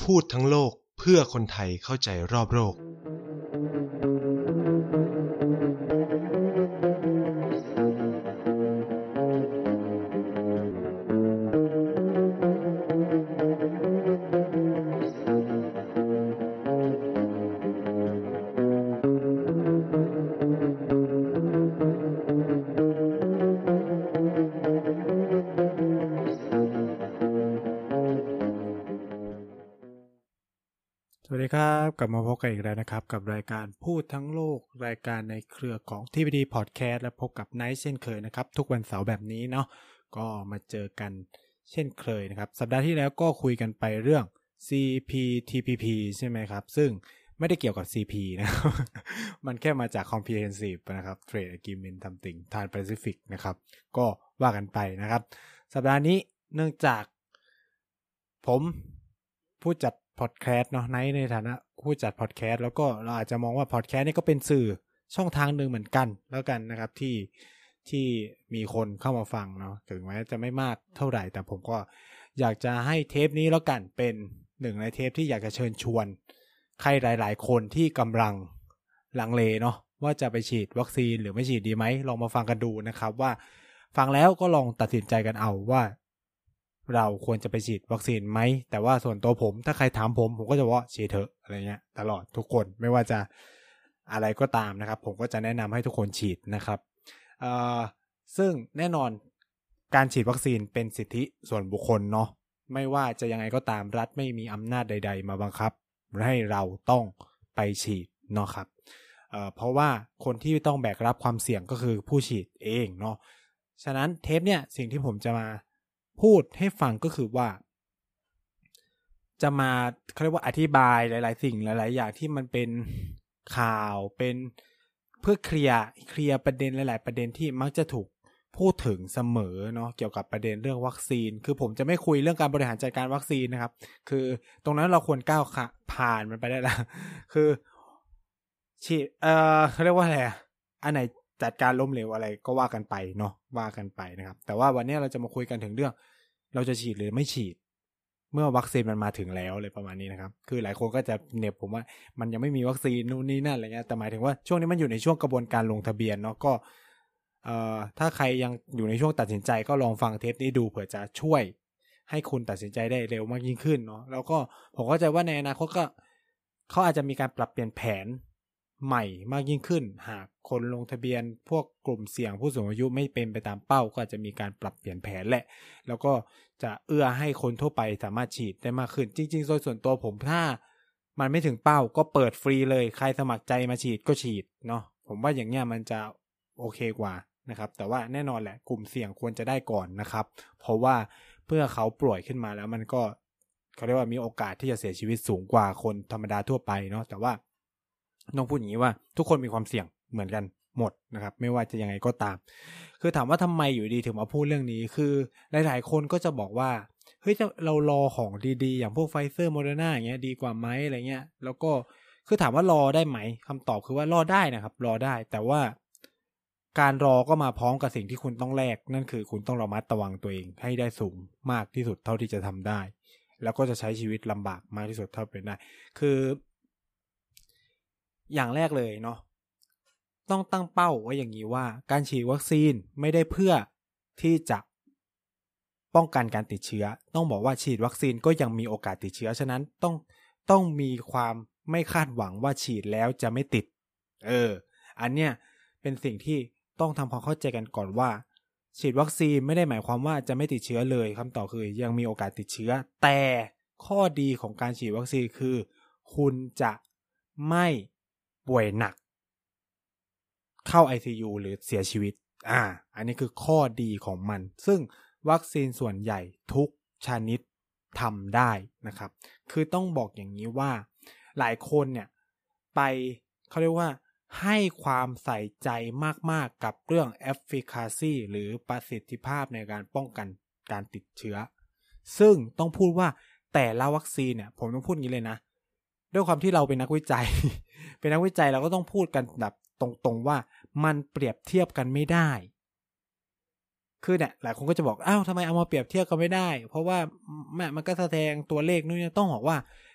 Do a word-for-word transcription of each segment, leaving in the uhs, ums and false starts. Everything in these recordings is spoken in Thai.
พูดทั้งโลกเพื่อคนไทยเข้าใจรอบโลกสวัสดีครับกลับมาพบกันอีกแล้วนะครับกับรายการพูดทั้งโลกรายการในเครือของ ที พี ดี Podcast และพบกับไนท์เช่นเคยนะครับทุกวันเสาร์แบบนี้เนาะก็มาเจอกันเช่นเคยนะครับสัปดาห์ที่แล้วก็คุยกันไปเรื่อง ซี พี ที พี พี ใช่ไหมครับซึ่งไม่ได้เกี่ยวกับ ซี พี นะครับ มันแค่มาจาก Comprehensive นะครับ Trade Agreement Something Trans-Pacific นะครับก็ว่ากันไปนะครับสัปดาห์นี้เนื่องจากผมผู้จัดพอดแคสต์เนาะไนท์ในฐานะผู้จัดพอดแคสต์แล้วก็เราอาจจะมองว่าพอดแคสต์นี่ก็เป็นสื่อช่องทางหนึ่งเหมือนกันแล้วกันนะครับที่ที่มีคนเข้ามาฟังเนาะถึงแม้จะไม่มากเท่าไหร่แต่ผมก็อยากจะให้เทปนี้แล้วกันเป็นหนึ่งในเทปที่อยากจะเชิญชวนใครหลายๆคนที่กำลังลังเลเนาะว่าจะไปฉีดวัคซีนหรือไม่ฉีดดีไหมลองมาฟังกันดูนะครับว่าฟังแล้วก็ลองตัดสินใจกันเอาว่าเราควรจะไปฉีดวัคซีนไหมแต่ว่าส่วนตัวผมถ้าใครถามผมผมก็จะว่าฉีดเถอะอะไรเงี้ยตลอดทุกคนไม่ว่าจะอะไรก็ตามนะครับผมก็จะแนะนำให้ทุกคนฉีดนะครับเอ่อซึ่งแน่นอนการฉีดวัคซีนเป็นสิทธิส่วนบุคคลเนาะไม่ว่าจะยังไงก็ตามรัฐไม่มีอำนาจใดๆมาบังคับให้เราต้องไปฉีดเนาะครับเอ่อเพราะว่าคนที่ต้องแบกรับความเสี่ยงก็คือผู้ฉีดเองเนาะฉะนั้นเทปเนี่ยสิ่งที่ผมจะมาพูดให้ฟังก็คือว่าจะมาเขาเรียกว่าอธิบายหลายๆสิ่งหลายๆอย่างที่มันเป็นข่าวเป็นเพื่อเคลียร์เคลียร์ประเด็นหลายๆประเด็นที่มักจะถูกพูดถึงเสมอเนาะเกี่ยวกับประเด็นเรื่องวัคซีนคือผมจะไม่คุยเรื่องการบริหารจัดการวัคซีนนะครับคือตรงนั้นเราควรก้าวผ่านมันไปได้แล้วคือฉีดเอ่อเขาเรียกว่าอะไรอันไหนจัดการล้มเหลวอะไรก็ว่ากันไปเนาะว่ากันไปนะครับแต่ว่าวันนี้เราจะมาคุยกันถึงเรื่องเราจะฉีดหรือไม่ฉีดเมื่อวัคซีนมันมาถึงแล้วเลยประมาณนี้นะครับคือหลายคนก็จะเหน็บผมว่ามันยังไม่มีวัคซีนนู่นนี่นั่นอะไรเงี้ยแต่หมายถึงว่าช่วงนี้มันอยู่ในช่วงกระบวนการลงทะเบียนเนาะก็เอ่อถ้าใครยังอยู่ในช่วงตัดสินใจก็ลองฟังเทปนี้ดูเผื่อจะช่วยให้คุณตัดสินใจได้เร็วมากยิ่งขึ้นเนาะแล้วก็ผมเข้าใจว่าในอนาคตก็เขาอาจจะมีการปรับเปลี่ยนแผนใหม่มากยิ่งขึ้นหากคนลงทะเบียนพวกกลุ่มเสี่ยงผู้สูงอายุไม่เป็นไปตามเป้าก็อาจจะมีการปรับเปลี่ยนแผนแหละแล้วก็จะเอื้อให้คนทั่วไปสามารถฉีดได้มากขึ้นจริงๆโดยส่วนตัวผมถ้ามันไม่ถึงเป้าก็เปิดฟรีเลยใครสมัครใจมาฉีดก็ฉีดเนาะผมว่าอย่างเงี้ยมันจะโอเคกว่านะครับแต่ว่าแน่นอนแหละกลุ่มเสี่ยงควรจะได้ก่อนนะครับเพราะว่าเพื่อเขาป่วยขึ้นมาแล้วมันก็เขาเรียกว่ามีโอกาสที่จะเสียชีวิตสูงกว่าคนธรรมดาทั่วไปเนาะแต่ว่าต้องพูดอย่างนี้ว่าทุกคนมีความเสี่ยงเหมือนกันหมดนะครับไม่ว่าจะยังไงก็ตามคือถามว่าทำไมอยู่ดีถึงมาพูดเรื่องนี้คือหลายๆคนก็จะบอกว่าเฮ้ยเรารอของดีๆอย่างพวกไฟเซอร์โมเดอร์นาอย่างเงี้ยดีกว่าไหมอะไรเงี้ยแล้วก็คือถามว่ารอได้ไหมคำตอบคือว่ารอได้นะครับรอได้แต่ว่าการรอก็มาพร้อมกับสิ่งที่คุณต้องแลกนั่นคือคุณต้องระมัดระวังตัวเองให้ได้สูงมากที่สุดเท่าที่จะทำได้แล้วก็จะใช้ชีวิตลำบากมากที่สุดเท่าเป็นได้คืออย่างแรกเลยเนาะต้องตั้งเป้าไว้อย่างนี้ว่าการฉีดวัคซีนไม่ได้เพื่อที่จะป้องกันการติดเชื้อต้องบอกว่าฉีดวัคซีนก็ยังมีโอกาสติดเชื้อฉะนั้นต้องต้องมีความไม่คาดหวังว่าฉีดแล้วจะไม่ติดเอออันเนี้ยเป็นสิ่งที่ต้องทำความเข้าใจกันก่อนว่าฉีดวัคซีนไม่ได้หมายความว่าจะไม่ติดเชื้อเลยคำตอบคือยังมีโอกาสติดเชื้อแต่ข้อดีของการฉีดวัคซีนคือคุณจะไม่ป่วยหนักเข้า ไอ ซี ยู หรือเสียชีวิตอ่าอันนี้คือข้อดีของมันซึ่งวัคซีนส่วนใหญ่ทุกชนิดทำได้นะครับคือต้องบอกอย่างนี้ว่าหลายคนเนี่ยไปเขาเรียกว่าให้ความใส่ใจมากๆกับเรื่อง efficacy หรือประสิทธิภาพในการป้องกันการติดเชื้อซึ่งต้องพูดว่าแต่ละวัคซีนเนี่ยผมต้องพูดอย่างนี้เลยนะด้วยความที่เราเป็นนักวิจัย เป็นนักวิจัยเราก็ต้องพูดกันแบบตรงๆว่ามันเปรียบเทียบกันไม่ได้คือเนี่ยหลายคนก็จะบอกอ้าวทำไมเอามาเปรียบเทียบกันไม่ได้เพราะว่ามันก็แสดงตัวเลขนู่นนี่ต้องบอกว่า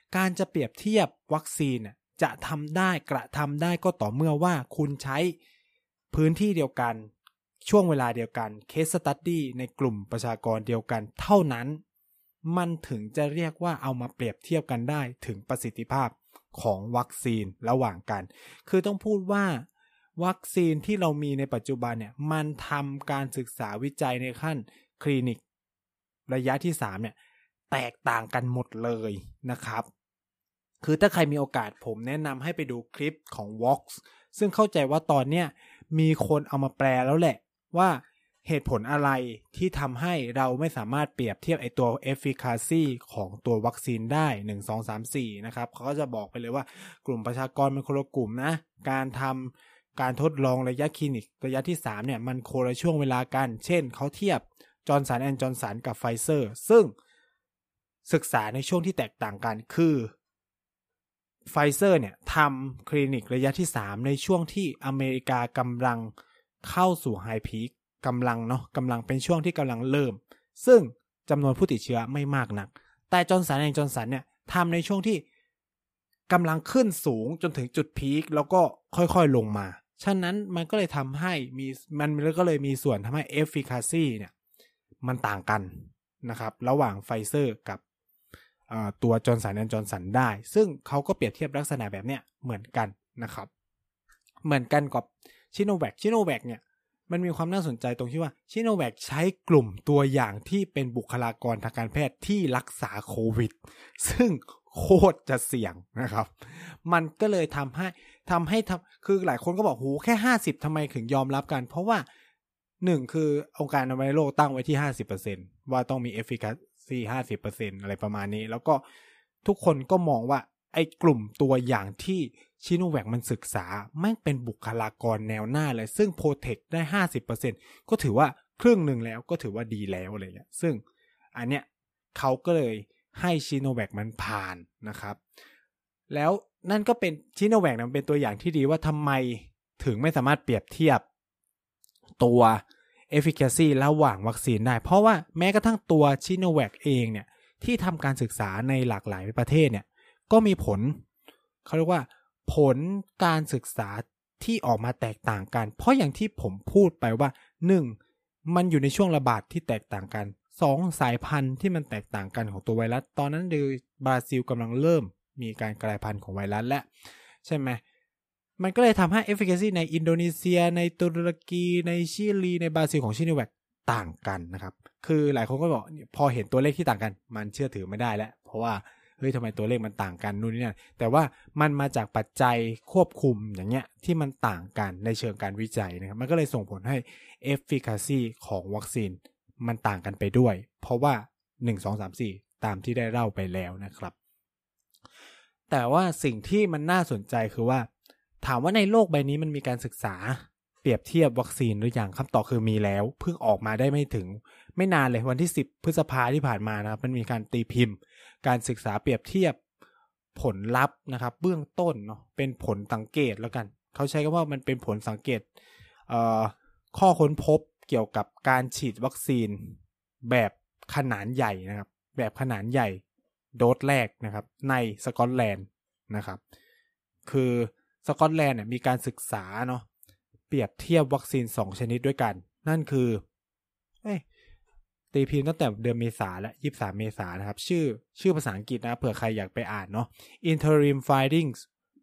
การจะเปรียบเทียบวัคซีนจะทำได้กระทำได้ก็ต่อเมื่อว่าคุณใช้พื้นที่เดียวกันช่วงเวลาเดียวกัน case study ในกลุ่มประชากรเดียวกันเท่านั้นมันถึงจะเรียกว่าเอามาเปรียบเทียบกันได้ถึงประสิทธิภาพของวัคซีนระหว่างกันคือต้องพูดว่าวัคซีนที่เรามีในปัจจุบันเนี่ยมันทำการศึกษาวิจัยในขั้นคลินิกระยะที่สามเนี่ยแตกต่างกันหมดเลยนะครับคือถ้าใครมีโอกาสผมแนะนำให้ไปดูคลิปของ Vox ซึ่งเข้าใจว่าตอนเนี้ยมีคนเอามาแปลแล้วแหละว่าเหตุผลอะไรที่ทำให้เราไม่สามารถเปรียบเทียบไอตัว efficacy ของตัววัคซีนได้หนึ่ง สอง สาม สี่นะครับเขาก็จะบอกไปเลยว่ากลุ่มประชากรเป็นคนละกลุ่มนะการทำการทดลองระยะคลินิกระยะที่สามเนี่ยมันโคละช่วงเวลากันเช่นเขาเทียบจอห์นสันแอนด์จอห์นสันกับไฟเซอร์ซึ่งศึกษาในช่วงที่แตกต่างกันคือไฟเซอร์เนี่ยทำคลินิกระยะที่สามในช่วงที่อเมริกากำลังเข้าสู่ไฮพีคกำลังเนาะกำลังเป็นช่วงที่กำลังเริ่มซึ่งจำนวนผู้ติดเชื้อไม่มากนักแต่จอห์นสันแอนด์จอห์นสันเนี่ยทำในช่วงที่กำลังขึ้นสูงจนถึงจุดพีคแล้วก็ค่อยๆลงมาฉะนั้นมันก็เลยทำให้มีมันก็เลยมีส่วนทำให้ efficacy เนี่ยมันต่างกันนะครับระหว่างไฟเซอร์กับตัวจอห์นสันแอนด์จอห์นสันได้ซึ่งเขาก็เปรียบเทียบลักษณะแบบเนี้ยเหมือนกันนะครับเหมือนกันกับชิโนแวคชิโนแวคเนี่ยมันมีความน่าสนใจตรงที่ว่าชิโนแวคใช้กลุ่มตัวอย่างที่เป็นบุคลากรทางการแพทย์ที่รักษาโควิดซึ่งโคตรจะเสี่ยงนะครับมันก็เลยทำให้ทำให้ทำคือหลายคนก็บอกโหแค่ห้าสิบทำไมถึงยอมรับกันเพราะว่าหนึ่งคือองค์การอนามัยโลกตั้งไว้ที่ ห้าสิบเปอร์เซ็นต์ ว่าต้องมี efficacy ห้าสิบเปอร์เซ็นต์ อะไรประมาณนี้แล้วก็ทุกคนก็มองว่าไอ้กลุ่มตัวอย่างที่ชิโนแวคมันศึกษาแม่งเป็นบุคลากรแนวหน้าเลยซึ่งโปรเทคได้ ห้าสิบเปอร์เซ็นต์ ก็ถือว่าครึ่งหนึ่งแล้วก็ถือว่าดีแล้วอะไรเงี้ยซึ่งอันเนี้ยเขาก็เลยให้ชิโนแวคมันผ่านนะครับแล้วนั่นก็เป็นชิโนแวคมันเป็นตัวอย่างที่ดีว่าทำไมถึงไม่สามารถเปรียบเทียบตัว efficacy ระหว่างวัคซีนได้เพราะว่าแม้กระทั่งตัวชิโนแวคเองเนี่ยที่ทำการศึกษาในหลากหลายประเทศเนี่ยก็มีผลเขาเรียกว่าผลการศึกษาที่ออกมาแตกต่างกันเพราะอย่างที่ผมพูดไปว่าหนึ่งมันอยู่ในช่วงระบาดที่แตกต่างกันสองสายพันธุ์ที่มันแตกต่างกันของตัวไวรัสตอนนั้นโดยบราซิลกำลังเริ่มมีการกลายพันธุ์ของไวรัสและใช่ไหมมันก็เลยทำให้ efficacy ในอินโดนีเซียในตุรกีในชิลีในบราซิลของชิโนแวคต่างกันนะครับคือหลายคนก็บอกพอเห็นตัวเลขที่ต่างกันมันเชื่อถือไม่ได้แล้วเพราะว่าเฮ้ยทำไมตัวเลขมันต่างกันนู่นนี่นั่นแต่ว่ามันมาจากปัจจัยควบคุมอย่างเงี้ยที่มันต่างกันในเชิงการวิจัยนะครับมันก็เลยส่งผลให้ efficacy ของวัคซีนมันต่างกันไปด้วยเพราะว่าหนึ่ง สอง สาม สี่ตามที่ได้เล่าไปแล้วนะครับแต่ว่าสิ่งที่มันน่าสนใจคือว่าถามว่าในโลกใบนี้มันมีการศึกษาเปรียบเทียบวัคซีนหรือยังคำตอบคือมีแล้วเพิ่งออกมาได้ไม่ถึงไม่นานเลยวันที่สิบพฤษภาคมที่ผ่านมานะครับมันมีการตีพิมพ์การศึกษาเปรียบเทียบผลลัพธ์นะครับเบื้องต้นเนาะเป็นผลสังเกตแล้วกันเขาใช้คำว่ามันเป็นผลสังเกตเอ่อข้อค้นพบเกี่ยวกับการฉีดวัคซีนแบบขนาดใหญ่นะครับแบบขนาดใหญ่โดสแรกนะครับในสกอตแลนด์นะครับคือสกอตแลนด์เนี่ยมีการศึกษาเนาะเปรียบเทียบวัคซีนสองชนิดด้วยกันนั่นคือเอ้ยตีพิมพ์ตั้งแต่เดือนเมษาและยี่สิบสามเมษายนนะครับชื่อชื่อภาษาอังกฤษนะเผื่อใครอยากไปอ่านเนาะ Interim Findings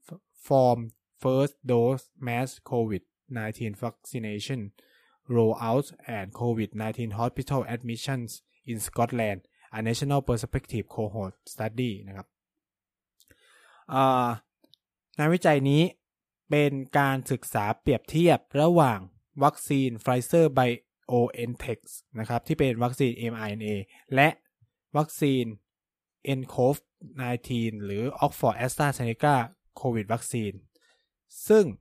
from First Dose Mass โควิด สิบเก้า Vaccination Rollout and โควิด สิบเก้า Hospital Admissions in Scotland a National Perspective Cohort Study นะครับงานวิจัยนี้เป็นการศึกษาเปรียบเทียบระหว่างวัคซีน Pfizer BioNTech นะครับที่เป็นวัคซีน เอ็ม อาร์ เอ็น เอ และวัคซีน เอ็น ซี โอ วี สิบเก้า หรือ Oxford AstraZeneca โควิดวัคซีนซึ่ง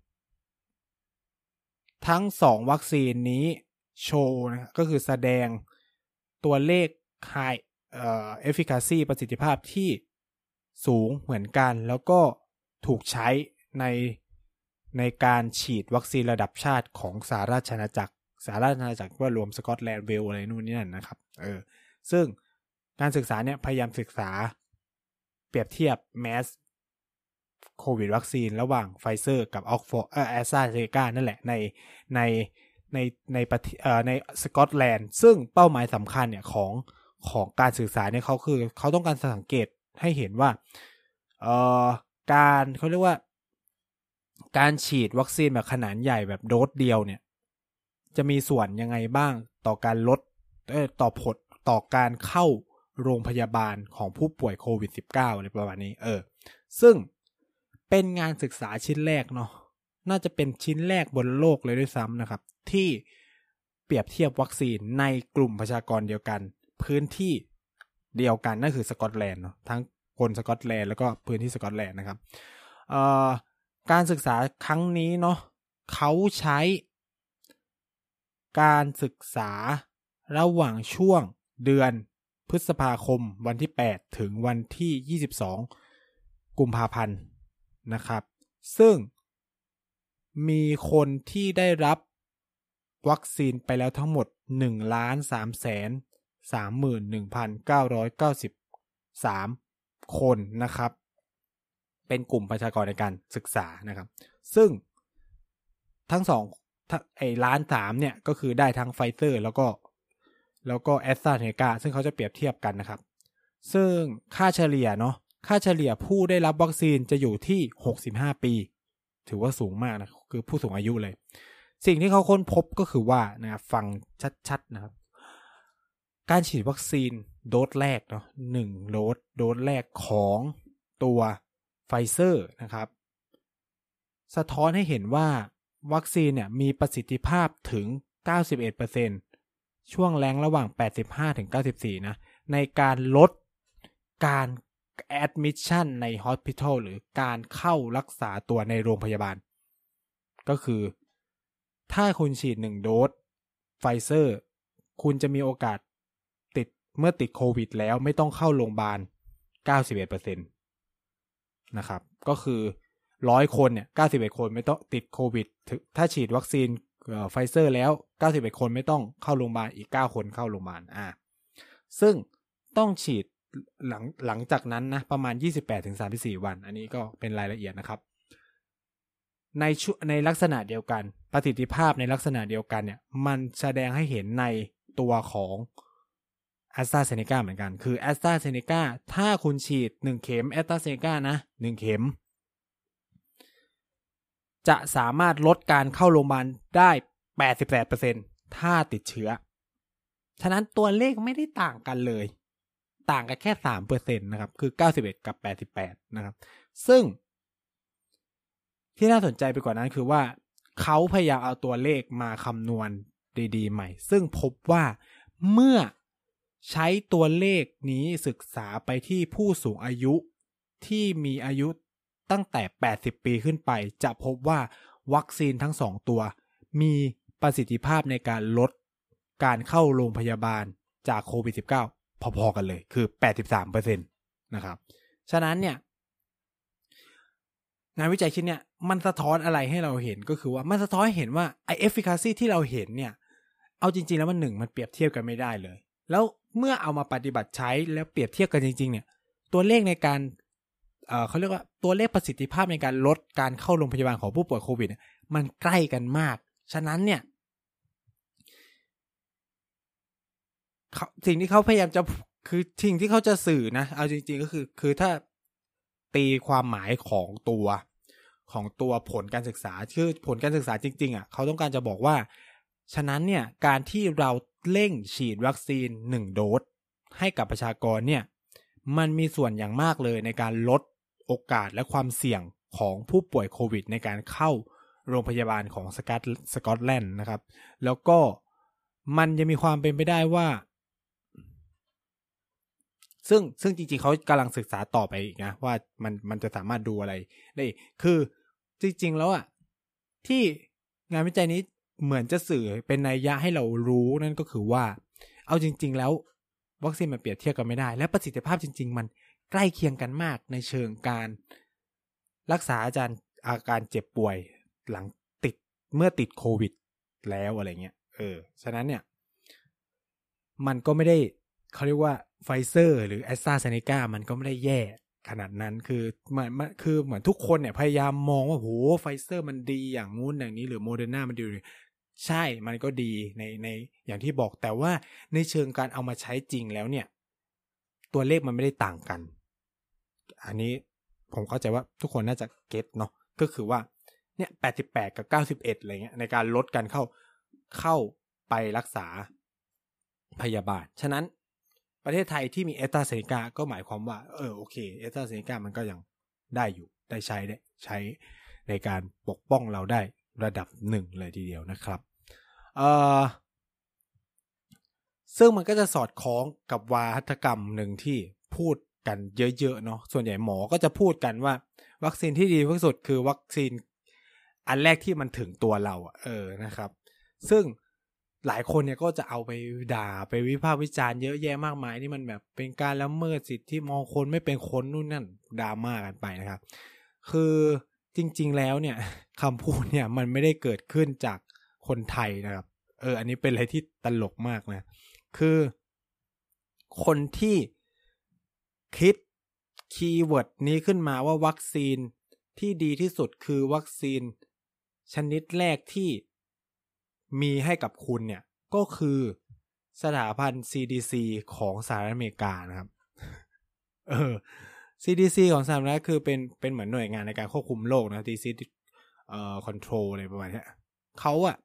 ทั้งสองวัคซีนนี้โชว์นะก็คือแสดงตัวเลข high เอ่อ efficacy ประสิทธิภาพที่สูงเหมือนกันแล้วก็ถูกใช้ในในการฉีดวัคซีนระดับชาติของสหราชอาณาจักรสหราชอาณาจักรว่ารวมสกอตแลนด์เวลอะไรนู่นนี่นั่นนะครับเออซึ่งการศึกษาเนี่ยพยายามศึกษาปรียบเทียบแมสโควิดวัคซีนระหว่างไฟเซอร์กับออกฟอร์เอ่อแอสตราเซเนกานั่นแหละในในในในประเทศเอ่อในสกอตแลนด์ซึ่งเป้าหมายสำคัญเนี่ยของของการศึกษาเนี่ยเขาคือเขาต้องการสังเกตให้เห็นว่าเอ่อการเขาเรียกว่าการฉีดวัคซีนแบบขนาดใหญ่แบบโดสเดียวเนี่ยจะมีส่วนยังไงบ้างต่อการลดเอ่อต่อผลต่อการเข้าโรงพยาบาลของผู้ป่วยโควิด สิบเก้า อะไรประมาณนี้เออซึ่งเป็นงานศึกษาชิ้นแรกเนาะน่าจะเป็นชิ้นแรกบนโลกเลยด้วยซ้ำนะครับที่เปรียบเทียบวัคซีนในกลุ่มประชากรเดียวกันพื้นที่เดียวกันนั่นคือสกอตแลนด์เนาะทั้งคนสกอตแลนด์แล้วก็พื้นที่สกอตแลนด์นะครับเอ่อการศึกษาครั้งนี้เนาะเขาใช้การศึกษาระหว่างช่วงเดือนพฤษภาคมวันที่แปดถึงวันที่ยี่สิบสองกุมภาพันธ์นะครับซึ่งมีคนที่ได้รับวัคซีนไปแล้วทั้งหมด หนึ่งล้านสามแสนสามหมื่นหนึ่งพันเก้าร้อยเก้าสิบสาม คนนะครับเป็นกลุ่มประชากรในการศึกษานะครับซึ่งทั้งสองไอ้ล้านสามเนี่ยก็คือได้ทั้งไฟเซอร์แล้วก็แล้วก็แอสตราเซเนกาซึ่งเขาจะเปรียบเทียบกันนะครับซึ่งค่าเฉลี่ยเนาะค่าเฉลี่ยผู้ได้รับวัคซีนจะอยู่ที่หกสิบห้าปีถือว่าสูงมากนะคือผู้สูงอายุเลยสิ่งที่เขาค้นพบก็คือว่านะครับฟังชัดๆนะครับการฉีดวัคซีนโดสแรกเนาะหนึ่งโดสโดสแรกของตัวไฟเซอร์นะครับสะท้อนให้เห็นว่าวัคซีนเนี่ยมีประสิทธิภาพถึง เก้าสิบเอ็ดเปอร์เซ็นต์ ช่วงแรงระหว่าง แปดสิบห้าถึงเก้าสิบสี่ นะในการลดการ admission ใน hospital หรือการเข้ารักษาตัวในโรงพยาบาลก็คือถ้าคุณฉีดหนึ่งโดสไฟเซอร์คุณจะมีโอกาสติดเมื่อติดโควิดแล้วไม่ต้องเข้าโรงพยาบาล เก้าสิบเอ็ดเปอร์เซ็นต์ นะครับก็คือหนึ่งร้อยคนเนี่ยเก้าสิบเอ็ดคนไม่ต้องติดโควิดถ้าฉีดวัคซีนไฟเซอร์แล้วเก้าสิบเอ็ดคนไม่ต้องเข้าโรงพยาบาลอีกเก้าคนเข้าโรงพยาบาลอ่าซึ่งต้องฉีดหลังหลังจากนั้นนะประมาณ ยี่สิบแปดถึงสามสิบสี่ วันอันนี้ก็เป็นรายละเอียดนะครับในในลักษณะเดียวกันประสิทธิภาพในลักษณะเดียวกันเนี่ยมันแสดงให้เห็นในตัวของ AstraZeneca เหมือนกันคือ AstraZeneca ถ้าคุณฉีดหนึ่งเข็ม AstraZeneca นะหนึ่งเข็มจะสามารถลดการเข้าโรงพยาบาลได้ แปดสิบแปดเปอร์เซ็นต์ ถ้าติดเชื้อฉะนั้นตัวเลขไม่ได้ต่างกันเลยต่างกันแค่ สามเปอร์เซ็นต์ นะครับคือเก้าสิบเอ็ดกับแปดสิบแปดนะครับซึ่งที่น่าสนใจไปกว่านั้นคือว่าเขาพยายามเอาตัวเลขมาคำนวณดีๆใหม่ซึ่งพบว่าเมื่อใช้ตัวเลขนี้ศึกษาไปที่ผู้สูงอายุที่มีอายุตั้งแต่แปดสิบปีขึ้นไปจะพบว่าวัคซีนทั้งสองตัวมีประสิทธิภาพในการลดการเข้าโรงพยาบาลจากโควิด สิบเก้า พอๆกันเลยคือ แปดสิบสามเปอร์เซ็นต์ นะครับฉะนั้นเนี่ยงานวิจัยชิ้นเนี้ยมันสะท้อนอะไรให้เราเห็นก็คือว่ามันสะท้อนให้เห็นว่าไอ้ efficacy ที่เราเห็นเนี่ยเอาจริงๆแล้วมันหนึ่งมันเปรียบเทียบกันไม่ได้เลยแล้วเมื่อเอามาปฏิบัติใช้แล้วเปรียบเทียบกันจริงๆเนี่ยตัวเลขในการเอ่อเขาเรียกว่าตัวเลขประสิทธิภาพในการลดการเข้าโรงพยาบาลของผู้ป่วยโควิดเนี่ยมันใกล้กันมากฉะนั้นเนี่ยสิ่งที่เขาพยายามจะคือสิ่งที่เขาจะสื่อนะเอาจริงๆก็คือคือถ้าตีความหมายของตัวของตัวผลการศึกษาคือผลการศึกษาจริงๆอ่ะเขาต้องการจะบอกว่าฉะนั้นเนี่ยการที่เราเร่งฉีดวัคซีนหนึ่งโดสให้กับประชากรเนี่ยมันมีส่วนอย่างมากเลยในการลดโอกาสและความเสี่ยงของผู้ป่วยโควิดในการเข้าโรงพยาบาลของสกอตสกอตแลนด์นะครับแล้วก็มันจะมีความเป็นไปได้ว่าซึ่งซึ่งจริงๆเขากำลังศึกษาต่อไปอีกนะว่ามันมันจะสามารถดูอะไรได้คือจริงๆแล้วอ่ะที่งานวิจัยนี้เหมือนจะสื่อเป็นนัยยะให้เรารู้นั่นก็คือว่าเอาจริงๆแล้ววัคซีนมันเปรียบเทียบกันไม่ได้และประสิทธิภาพจริงๆมันใกล้เคียงกันมากในเชิงการรักษาอาการอาการเจ็บป่วยหลังติดเมื่อติดโควิดแล้วอะไรเงี้ยเออฉะนั้นเนี่ยมันก็ไม่ได้เขาเรียกว่าไฟเซอร์หรือแอสตราเซเนกามันก็ไม่ได้แย่ขนาดนั้นคือมันมันคือเหมือนทุกคนเนี่ยพยายามมองว่าโหไฟเซอร์มันดีอย่างงู้นอย่างนี้หรือโมเดอร์นามันดีใช่มันก็ดีในในอย่างที่บอกแต่ว่าในเชิงการเอามาใช้จริงแล้วเนี่ยตัวเลขมันไม่ได้ต่างกันอันนี้ผมเข้าใจว่าทุกคนน่าจะเก็ทเนาะก็คือว่าเนี่ยแปดสิบแปดกับเก้าสิบเอ็ดอะไรเงี้ยในการลดการเข้าเข้าไปรักษาพยาบาลฉะนั้นประเทศไทยที่มีแอสตราเซเนกาก็หมายความว่าเออโอเคแอสตราเซเนกามันก็ยังได้อยู่ได้ใช้ได้ใช้ในการปกป้องเราได้ระดับหนึ่งเลยทีเดียวนะครับเอ่อซึ่งมันก็จะสอดคล้องกับวาทกรรมหนึ่งที่พูดกันเยอะๆเนาะส่วนใหญ่หมอก็จะพูดกันว่าวัคซีนที่ดีที่สุดคือวัคซีนอันแรกที่มันถึงตัวเราอ่ะเออนะครับซึ่งหลายคนเนี่ยก็จะเอาไปด่าไปวิพากษ์วิจารณ์เยอะแยะมากมายนี่มันแบบเป็นการละเมิดสิทธิมองคนไม่เป็นคนนู่นนั่นดราม่ากันไปนะครับคือจริงๆแล้วเนี่ยคำพูดเนี่ยมันไม่ได้เกิดขึ้นจากคนไทยนะครับเอออันนี้เป็นอะไรที่ตลกมากนะคือคนที่คิดคีย์เวิร์ดนี้ขึ้นมาว่าวัคซีนที่ดีที่สุดคือวัคซีนชนิดแรกที่มีให้กับคุณเนี่ยก็คือสถาบัน ซี ดี ซี ของสหรัฐอเมริกานะครับเออ ซี ดี ซี ของสหรัฐคือเป็นเป็นเหมือนหน่วยงานในการควบคุมโรคนะ Disease เอ่อ Control อะไรประมาณนี้เขาอะ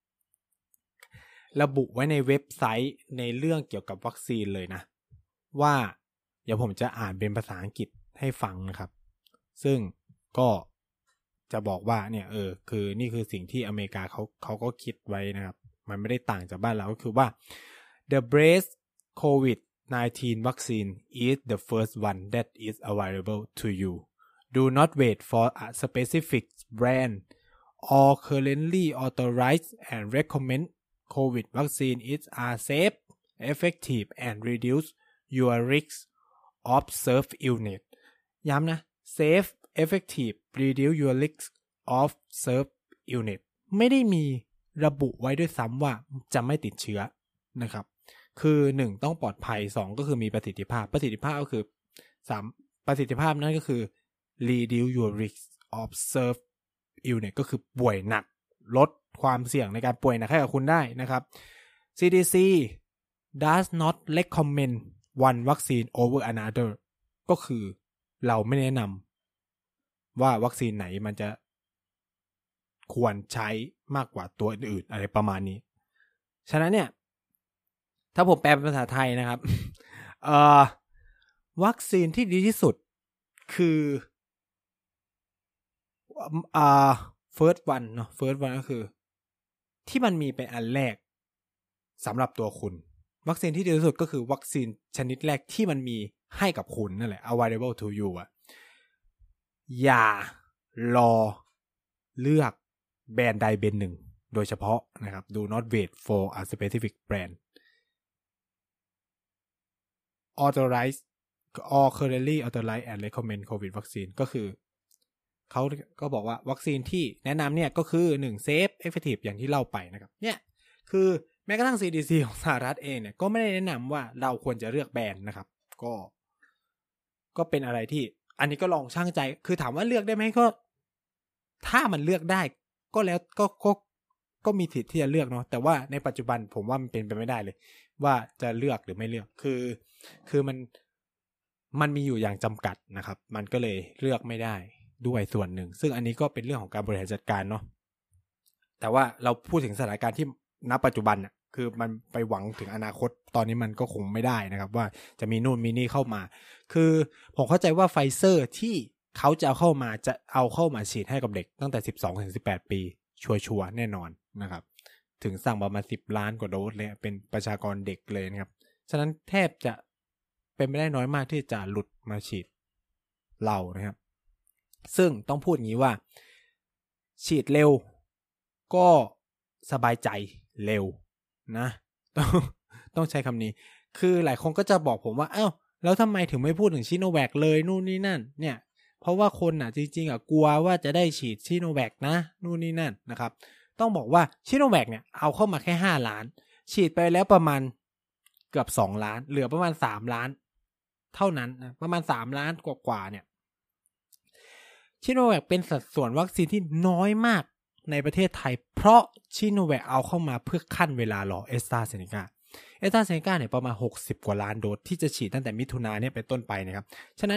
ระบุไว้ในเว็บไซต์ในเรื่องเกี่ยวกับวัคซีนเลยนะว่าเดี๋ยวผมจะอ่านเป็นภาษาอังกฤษให้ฟังนะครับซึ่งก็จะบอกว่าเนี่ยเออคือนี่คือสิ่งที่อเมริกาเขาเขาก็คิดไว้นะครับมันไม่ได้ต่างจากบ้านเราก็คือว่า the breast covid nineteen vaccine is the first one that is available to you do not wait for a specific brand or currently authorized and recommend covid vaccine is are safe effective and reduce your risk of serve illness ย้ำนะ safe effective reduce your risk of serve illness ไม่ได้มีระบุไว้ด้วยซ้ำว่าจะไม่ติดเชื้อนะครับคือหนึ่งต้องปลอดภัยสองก็คือมีประสิทธิภาพประสิทธิภาพก็คือสามประสิทธิภาพนั่นก็คือ reduce your risk of serve illness ก็คือป่วยหนักลดความเสี่ยงในการป่วยหนักให้กับคุณได้นะครับ ซี ดี ซี does not recommend one vaccine over another ก็คือเราไม่แนะนำว่าวัคซีนไหนมันจะควรใช้มากกว่าตัวอื่นๆอะไรประมาณนี้ฉะนั้นเนี่ยถ้าผมแปลเป็นภาษาไทยนะครับเอ่อวัคซีนที่ดีที่สุดคืออ่า first one เนาะ first one ก็คือที่มันมีเป็นอันแรกสำหรับตัวคุณวัคซีนที่ดีที่สุดก็คือวัคซีนชนิดแรกที่มันมีให้กับคุณนั่นแหละ available to you อ่ะอย่ารอเลือกแบรนด์ใดแบรนด์หนึ่งโดยเฉพาะนะครับ do not wait for a specific brand authorized or currently authorized and recommend covid vaccine ก็คือเขาก็บอกว่าวัคซีนที่แนะนำเนี่ยก็คือหนึ่ง safe effective อย่างที่เล่าไปนะครับเนี่ยคือแม้กระทั่ง ซี ดี ซี ของสหรัฐเองเนี่ยก็ไม่ได้แนะนำว่าเราควรจะเลือกแบรนด์นะครับก็ก็เป็นอะไรที่อันนี้ก็ลองชั่งใจคือถามว่าเลือกได้ไหมก็ถ้ามันเลือกได้ก็แล้วก็ก็ก็มีสิทธิ์ที่จะเลือกเนาะแต่ว่าในปัจจุบันผมว่ามันเป็นไปไม่ได้เลยว่าจะเลือกหรือไม่เลือกคือคือมันมันมีอยู่อย่างจำกัดนะครับมันก็เลยเลือกไม่ได้ด้วยส่วนหนึ่งซึ่งอันนี้ก็เป็นเรื่องของการบริหารจัดการเนาะแต่ว่าเราพูดถึงสถานการณ์ที่ณปัจจุบันน่ะคือมันไปหวังถึงอนาคตตอนนี้มันก็คงไม่ได้นะครับว่าจะมีนู่นมีนี่เข้ามาคือผมเข้าใจว่าไฟเซอร์ที่เขาจะเอาเข้ามาจะเอาเข้ามาฉีดให้กับเด็กตั้งแต่สิบสองถึงสิบแปดปีชัวร์ๆแน่นอนนะครับถึงสั่งประมาณสิบล้านกว่าโดสเลยเป็นประชากรเด็กเลยนะครับฉะนั้นแทบจะเป็นไม่ได้น้อยมากที่จะหลุดมาฉีดเรานะครับซึ่งต้องพูดอย่างนี้ว่าฉีดเร็วก็สบายใจเร็วนะต้องต้องใช้คำนี้คือหลายคนก็จะบอกผมว่าอ้าวแล้วทำไมถึงไม่พูดถึงชิโนแวคเลยนู่นนี่นั่นเนี่ยเพราะว่าคนอ่ะจริงๆอ่ะกลัวว่าจะได้ฉีดชิโนแวคนะนู่นนี่นั่นนะครับต้องบอกว่าชิโนแวคเนี่ยเอาเข้ามาแค่ห้าล้านฉีดไปแล้วประมาณเกือบสองล้านเหลือประมาณสามล้านเท่านั้นนะประมาณสามล้านกว่าๆเนี่ยชิโนแวคเป็นสัดส่วนวัคซีนที่น้อยมากในประเทศไทยเพราะชิโนแวคเอาเข้ามาเพื่อขั้นเวลารอเอสตราเซเนกาเอสตราเซเนกาเนี่ยประมาณหกสิบกว่าล้านโดสที่จะฉีดตั้งแต่มิถุนายนเนี่ยเป็นต้นไปนะครับฉะนั้น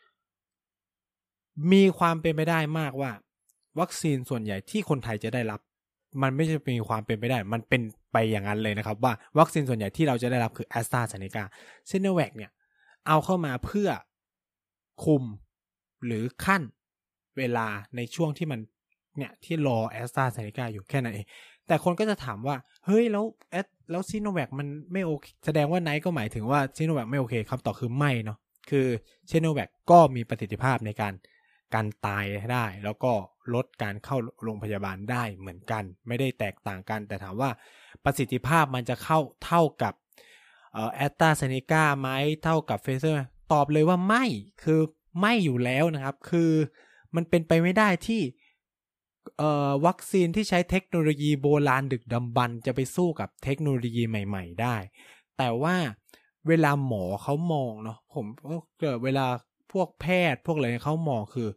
มีความเป็นไปได้มากว่าวัคซีนส่วนใหญ่ที่คนไทยจะได้รับมันไม่ใช่มีความเป็นไปได้มันเป็นไปอย่างนั้นเลยนะครับว่าวัคซีนส่วนใหญ่ที่เราจะได้รับคือแอสตราเซเนกาซิโนแวคเนี่ยเอาเข้ามาเพื่อคุมหรือขั้นเวลาในช่วงที่มันเนี่ยที่รอแอสตราเซเนกาอยู่แค่นั้นเองแต่คนก็จะถามว่าเฮ้ยแล้วแอสแล้วซิโนแวคมันไม่โอเคแสดงว่าไนท์ก็หมายถึงว่าซิโนแวคไม่โอเคคำตอบคือไม่เนาะคือซิโนแวคก็มีประสิทธิภาพในการการตายได้แล้วก็ลดการเข้าโรงพยาบาลได้เหมือนกันไม่ได้แตกต่างกันแต่ถามว่าประสิทธิภาพมันจะเข้าเท่ากับเอ่อแอสตราเซเนกาไหมเท่ากับไฟเซอร์ตอบเลยว่าไม่คือไม่อยู่แล้วนะครับคือมันเป็นไปไม่ได้ที่เอ่อวัคซีนที่ใช้เทคโนโลยีโบราณดึกดำบรรพ์จะไปสู้กับเทคโนโลยีใหม่ๆได้แต่ว่าเวลาหมอเขามองเนาะผมเกิดเวลาพวกแพทย์พวกอะไรเขามองคือ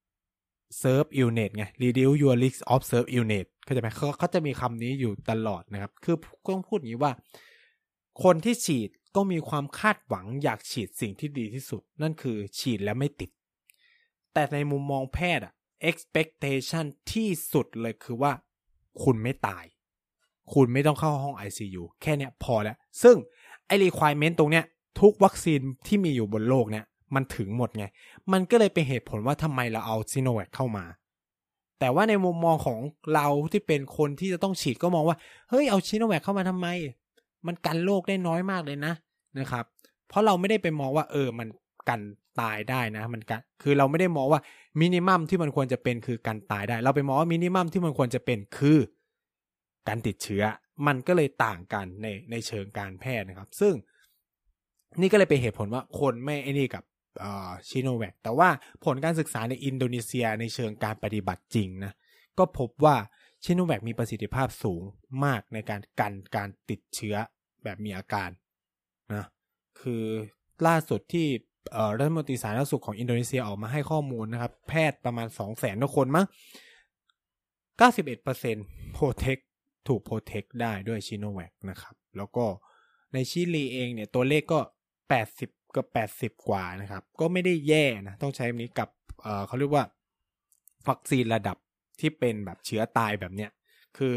serve illness ไง reduce your risk of serve illness เข้าใจไหมเขาเขาจะมีคำนี้อยู่ตลอดนะครับคือต้องพูดอย่างนี้ว่าคนที่ฉีดก็มีความคาดหวังอยากฉีดสิ่งที่ดีที่สุดนั่นคือฉีดแล้วไม่ติดแต่ในมุมมองแพทย์อะ expectation ที่สุดเลยคือว่าคุณไม่ตายคุณไม่ต้องเข้าห้อง ไอ ซี ยู แค่เนี้ยพอแล้วซึ่งไอ้ requirement ตรงเนี้ยทุกวัคซีนที่มีอยู่บนโลกเนี้ยมันถึงหมดไงมันก็เลยเป็นเหตุผลว่าทำไมเราเอาซิโนแวคเข้ามาแต่ว่าในมุมมองของเราที่เป็นคนที่จะต้องฉีดก็มองว่าเฮ้ยเอาซิโนแวคเข้ามาทำไมมันกันโรคได้น้อยมากเลยนะนะครับเพราะเราไม่ได้ไปมองว่าเออมันกันตายได้นะมันกันคือเราไม่ได้มองว่ามินิมัมที่มันควรจะเป็นคือกันตายได้เราไปมองว่ามินิมัมที่มันควรจะเป็นคือการติดเชื้อมันก็เลยต่างกันในในเชิงการแพทย์นะครับซึ่งนี่ก็เลยเป็นเหตุผลว่าคนไม่ไอ้นี่กับชิโนแวคแต่ว่าผลการศึกษาในอินโดนีเซียในเชิงการปฏิบัติจริงนะก็พบว่าชิโนแวคมีประสิทธิภาพสูงมากในการกันการติดเชื้อแบบมีอาการนะคือล่าสุดที่รัฐมนตรีสาธารณสุขของอินโดนีเซียออกมาให้ข้อมูลนะครับแพทย์ประมาณ สองแสน คนมั้ง เก้าสิบเอ็ดเปอร์เซ็นต์ protect ถูก protect ได้ด้วยชิโนแวคนะครับแล้วก็ในชิลีเองเนี่ยตัวเลขก็แปดสิบกับแปดสิบกว่านะครับก็ไม่ได้แย่นะต้องใช้แบบนี้กับเอ่อเขาเรียกว่าวัคซีนระดับที่เป็นแบบเชื้อตายแบบเนี้ยคือ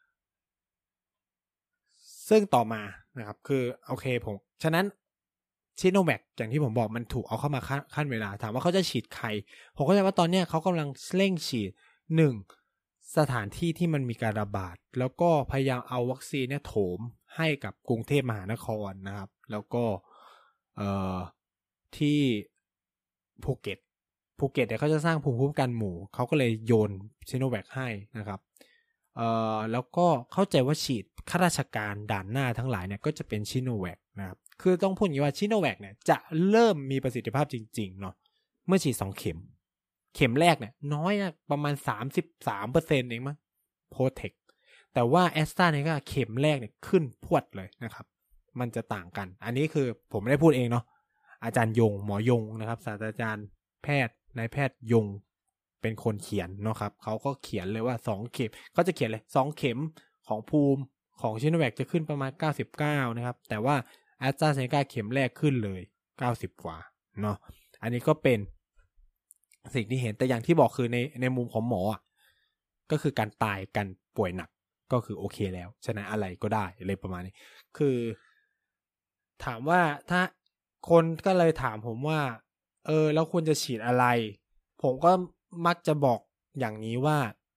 ซึ่งต่อมานะครับคือโอเคผมฉะนั้นชิโนแวคอย่างที่ผมบอกมันถูกเอาเข้ามาขั้นเวลาถามว่าเขาจะฉีดใครผมเข้าใจว่าตอนนี้เขากำลังเร่งฉีดหนึ่งสถานที่ที่มันมีการระบาดแล้วก็พยายามเอาวัคซีนเนี่ยโถมให้กับกรุงเทพมหานครนะครับแล้วก็เอ่อที่ภูเก็ตภูเก็ตเนี่ยเขาจะสร้างภูมิคุ้มกันหมู่เขาก็เลยโยนซิโนแวคให้นะครับเอ่อแล้วก็เข้าใจว่าฉีดข้าราชการด่านหน้าทั้งหลายเนี่ยก็จะเป็นซิโนแวคนะครับคือต้องพูดอย่างนี้ว่าซิโนแวคเนี่ยจะเริ่มมีประสิทธิภาพจริงๆเนาะเมื่อฉีดสองเข็มเข็มแรกเนี่ยน้อยนะประมาณ สามสิบสามเปอร์เซ็นต์ เองมั้งโปรเทคแต่ว่าแอสตราเนกาเข็มแรกเนี่ยขึ้นพรวดเลยนะครับมันจะต่างกันอันนี้คือผมไม่ได้พูดเองเนาะอาจารย์ยงหมอยงนะครับศาสตราจารย์แพทย์นายแพทย์ยงเป็นคนเขียนเนาะครับเขาก็เขียนเลยว่าสองเข็มเขาจะเขียนเลยสองเข็มของภูมิของชิโนแวคจะขึ้นประมาณเก้าสิบเก้านะครับแต่ว่าแอสตราเซเนกาเข็มแรกขึ้นเลยเก้าสิบกว่าเนาะอันนี้ก็เป็นสิ่งที่เห็นแต่อย่างที่บอกคือในในมุมของหมอก็คือการตายการป่วยหนักก็คือโอเคแล้วฉะนั้นอะไรก็ได้อะไรประมาณนี้คือถามว่าถ้าคนก็เลยถามผมว่าเออแล้วควรจะฉีดอะไรผมก็มักจะบอกอย่างนี้ว่า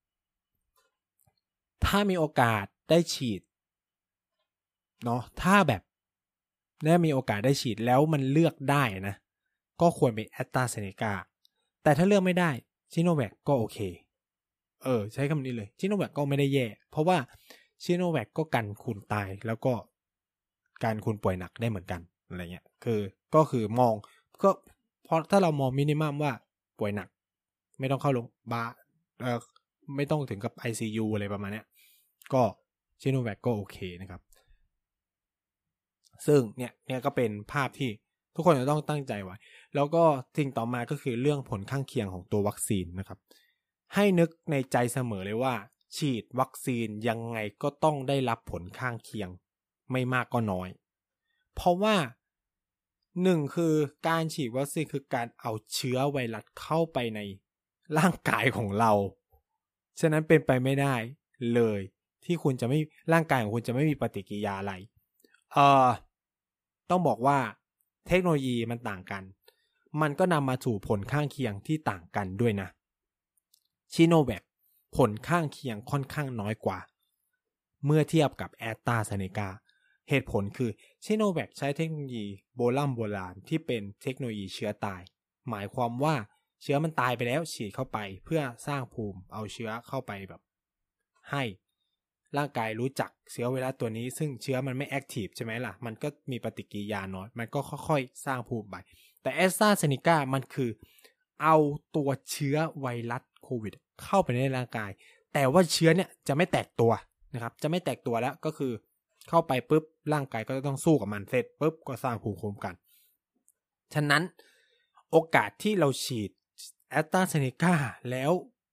ถ้ามีโอกาสได้ฉีดเนาะถ้าแบบได้มีโอกาสได้ฉีดแล้วมันเลือกได้นะก็ควรเป็นแอสตราเซเนกาแต่ถ้าเลือกไม่ได้ชิโนแวคก็โอเคเออใช้คำนี้เลยชิโนแวคก็ไม่ได้แย่เพราะว่าชิโนแวคก็กันคุณตายแล้วก็การคุณป่วยหนักได้เหมือนกันอะไรเงี้ยคือก็คือมองก็เพราะถ้าเรามองมินิมัมว่าป่วยหนักไม่ต้องเข้าโรงพยาบาลเออไม่ต้องถึงกับ ไอ ซี ยู อะไรประมาณเนี้ยก็ชิโนแวคก็โอเคนะครับซึ่งเนี่ยเนี่ยก็เป็นภาพที่ทุกคนจะต้องตั้งใจไว้แล้วก็สิ่งต่อมาก็คือเรื่องผลข้างเคียงของตัววัคซีนนะครับให้นึกในใจเสมอเลยว่าฉีดวัคซีนยังไงก็ต้องได้รับผลข้างเคียงไม่มากก็น้อยเพราะว่าหนึ่งคือการฉีดวัคซีนคือการเอาเชื้อไวรัสเข้าไปในร่างกายของเราฉะนั้นเป็นไปไม่ได้เลยที่คุณจะไม่ร่างกายของคุณจะไม่มีปฏิกิริยาอะไรเอ่อต้องบอกว่าเทคโนโลยีมันต่างกันมันก็นำมาสู่ผลข้างเคียงที่ต่างกันด้วยนะชิโนแวคผลข้างเคียงค่อนข้างน้อยกว่าเมื่อเทียบกับแอสตราเซเนกาเหตุผลคือชิโนแวคใช้เทคโนโลยีโบราณโบราณที่เป็นเทคโนโลยีเชื้อตายหมายความว่าเชื้อมันตายไปแล้วฉีดเข้าไปเพื่อสร้างภูมิเอาเชื้อเข้าไปแบบให้ร่างกายรู้จักเชื้อไวรัสตัวนี้ซึ่งเชื้อมันไม่แอคทีฟใช่ไหมล่ะมันก็มีปฏิกิริยาน้อยมันก็ค่อยๆสร้างภูมิไปแต่แอสตราเซเนกามันคือเอาตัวเชื้อไวรัสโควิดเข้าไปในร่างกายแต่ว่าเชื้อเนี่ยจะไม่แตกตัวนะครับจะไม่แตกตัวแล้วก็คือเข้าไปปุ๊บร่างกายก็จะต้องสู้กับมันเสร็จปุ๊บก็สร้างภูมิคุ้มกันฉะนั้นโอกาสที่เราฉีดแอสตราเซเนกาแล้ว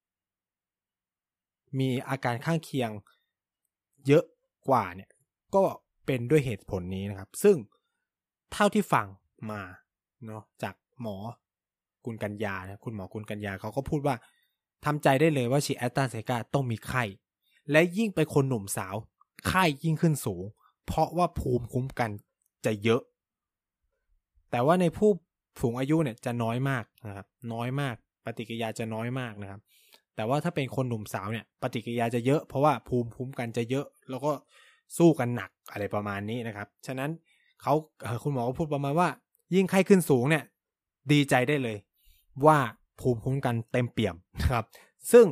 มีอาการข้างเคียงเยอะกว่าเนี่ยก็เป็นด้วยเหตุผลนี้นะครับซึ่งเท่าที่ฟังมาเนาะจากหมอกุลกัญญานะคุณหมอกุลกัญญาเขาก็พูดว่าทำใจได้เลยว่าฉีดแอสตราเซเนกาต้องมีไข้และยิ่งไปคนหนุ่มสาวไข้ยิ่งขึ้นสูงเพราะว่าภูมิคุ้มกันจะเยอะแต่ว่าในผู้สูงอายุเนี่ยจะน้อยมากนะครับน้อยมากปฏิกิริยาจะน้อยมากนะครับแต่ว่าถ้าเป็นคนหนุ่มสาวเนี่ยปฏิกิริยาจะเยอะเพราะว่าภูมิคุ้มกันจะเยอะแล้วก็สู้กันหนักอะไรประมาณนี้นะครับฉะนั้นเขาคุณหมอก็พูดประมาณว่ายิ่งไข้ขึ้นสูงเนี่ยดีใจได้เลยว่าภูมิคุ้มกันเต็มเปี่ยมนะครับซึ่ง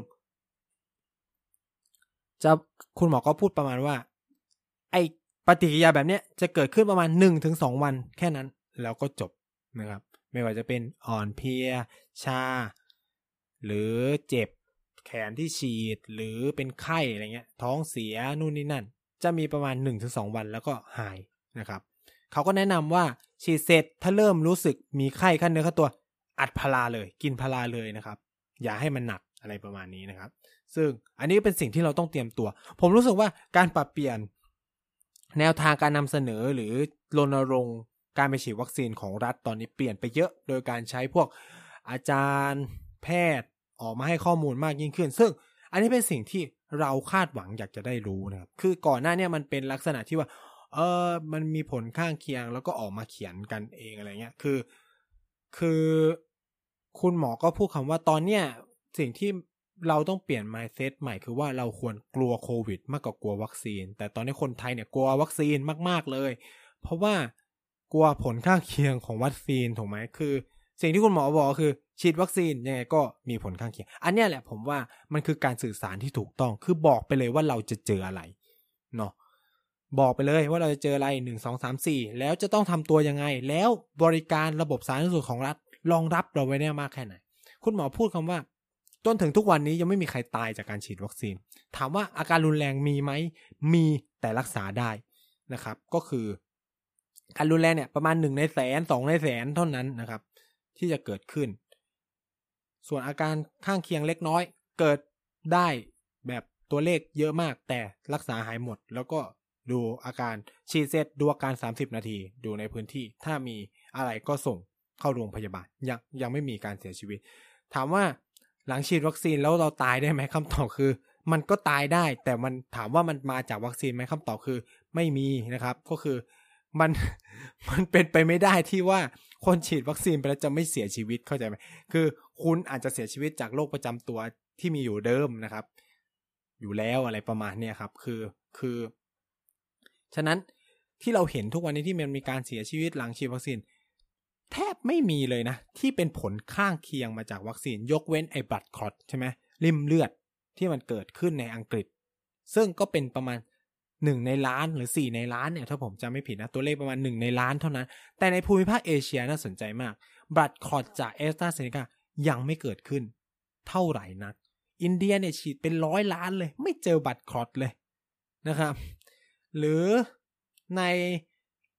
จะคุณหมอก็พูดประมาณว่าไอปฏิกิริยาแบบเนี้ยจะเกิดขึ้นประมาณ หนึ่งถึงสอง วันแค่นั้นแล้วก็จบนะครับไม่ว่าจะเป็นอ่อนเพลียชาหรือเจ็บแขนที่ฉีดหรือเป็นไข้อะไรเงี้ยท้องเสียนู่นนี่นั่นจะมีประมาณ หนึ่งถึงสอง วันแล้วก็หายนะครับเขาก็แนะนำว่าฉีดเสร็จถ้าเริ่มรู้สึกมีไข้ขั้นเนื้อขั้นตัวอัดพาราเลยกินพาราเลยนะครับอย่าให้มันหนักอะไรประมาณนี้นะครับซึ่งอันนี้เป็นสิ่งที่เราต้องเตรียมตัวผมรู้สึกว่าการปรับเปลี่ยนแนวทางการนำเสนอหรือรณรงค์การไปฉีดวัคซีนของรัฐตอนนี้เปลี่ยนไปเยอะโดยการใช้พวกอาจารย์แพทย์ออกมาให้ข้อมูลมากยิ่งขึ้นซึ่งอันนี้เป็นสิ่งที่เราคาดหวังอยากจะได้รู้นะครับคือก่อนหน้านี้มันเป็นลักษณะที่ว่าเออมันมีผลข้างเคียงแล้วก็ออกมาเขียนกันเองอะไรเงี้ยคือคือคุณหมอก็พูดคำว่าตอนเนี้ยสิ่งที่เราต้องเปลี่ยน mindset ใหม่คือว่าเราควรกลัวโควิดมากกว่ากลัววัคซีนแต่ตอนนี้คนไทยเนี่ยกลัววัคซีนมากๆเลยเพราะว่ากลัวผลข้างเคียงของวัคซีนถูกไหมคือสิ่งที่คุณหมอบอกคือฉีดวัคซีนยังไงก็มีผลข้างเคียงอันนี้แหละผมว่ามันคือการสื่อสารที่ถูกต้องคือบอกไปเลยว่าเราจะเจออะไรเนาะบอกไปเลยว่าเราจะเจออะไรหนึ่ง สอง สาม สี่แล้วจะต้องทำตัวยังไงแล้วบริการระบบสาธารณสุขของรัฐรองรับเราไว้ได้มากแค่ไหนคุณหมอพูดคำว่าจนถึงทุกวันนี้ยังไม่มีใครตายจากการฉีดวัคซีนถามว่าอาการรุนแรงมีไหมมีแต่รักษาได้นะครับก็คือการรุนแรงเนี่ยประมาณหนึ่งในแสนสองในแสนเท่านั้นนะครับที่จะเกิดขึ้นส่วนอาการข้างเคียงเล็กน้อยเกิดได้แบบตัวเลขเยอะมากแต่รักษาหายหมดแล้วก็ดูอาการฉีดเสร็จดูอาการสามสิบนาทีดูในพื้นที่ถ้ามีอะไรก็ส่งเข้าโรงพยาบาลยังยังไม่มีการเสียชีวิตถามว่าหลังฉีดวัคซีนแล้วเราตายได้ไหมคำตอบคือมันก็ตายได้แต่มันถามว่ามันมาจากวัคซีนไหมคำตอบคือไม่มีนะครับก็คือมันมันเป็นไปไม่ได้ที่ว่าคนฉีดวัคซีนไปแล้วจะไม่เสียชีวิตเข้าใจไหมคือคุณอาจจะเสียชีวิตจากโรคประจำตัวที่มีอยู่เดิมนะครับอยู่แล้วอะไรประมาณนี้ครับคือคือฉะนั้นที่เราเห็นทุกวันนี้ที่มันมีการเสียชีวิตหลังฉีดวัคซีนแทบไม่มีเลยนะที่เป็นผลข้างเคียงมาจากวัคซีนยกเว้นไอ้บลัดคลอตใช่ไหมริ่มเลือดที่มันเกิดขึ้นในอังกฤษซึ่งก็เป็นประมาณหนึ่งในล้านหรือสี่ในล้านเนี่ยถ้าผมจำไม่ผิดนะตัวเลขประมาณหนึ่งในล้านเท่านั้นแต่ในภูมิภาคเอเชียน่าสนใจมากบลัดคลอตจากแอสตราเซเนกายังไม่เกิดขึ้นเท่าไหร่นักอินเดียเนี่ยฉีดเป็นร้อยล้านเลยไม่เจอบลัดคลอตเลยนะครับหรือใน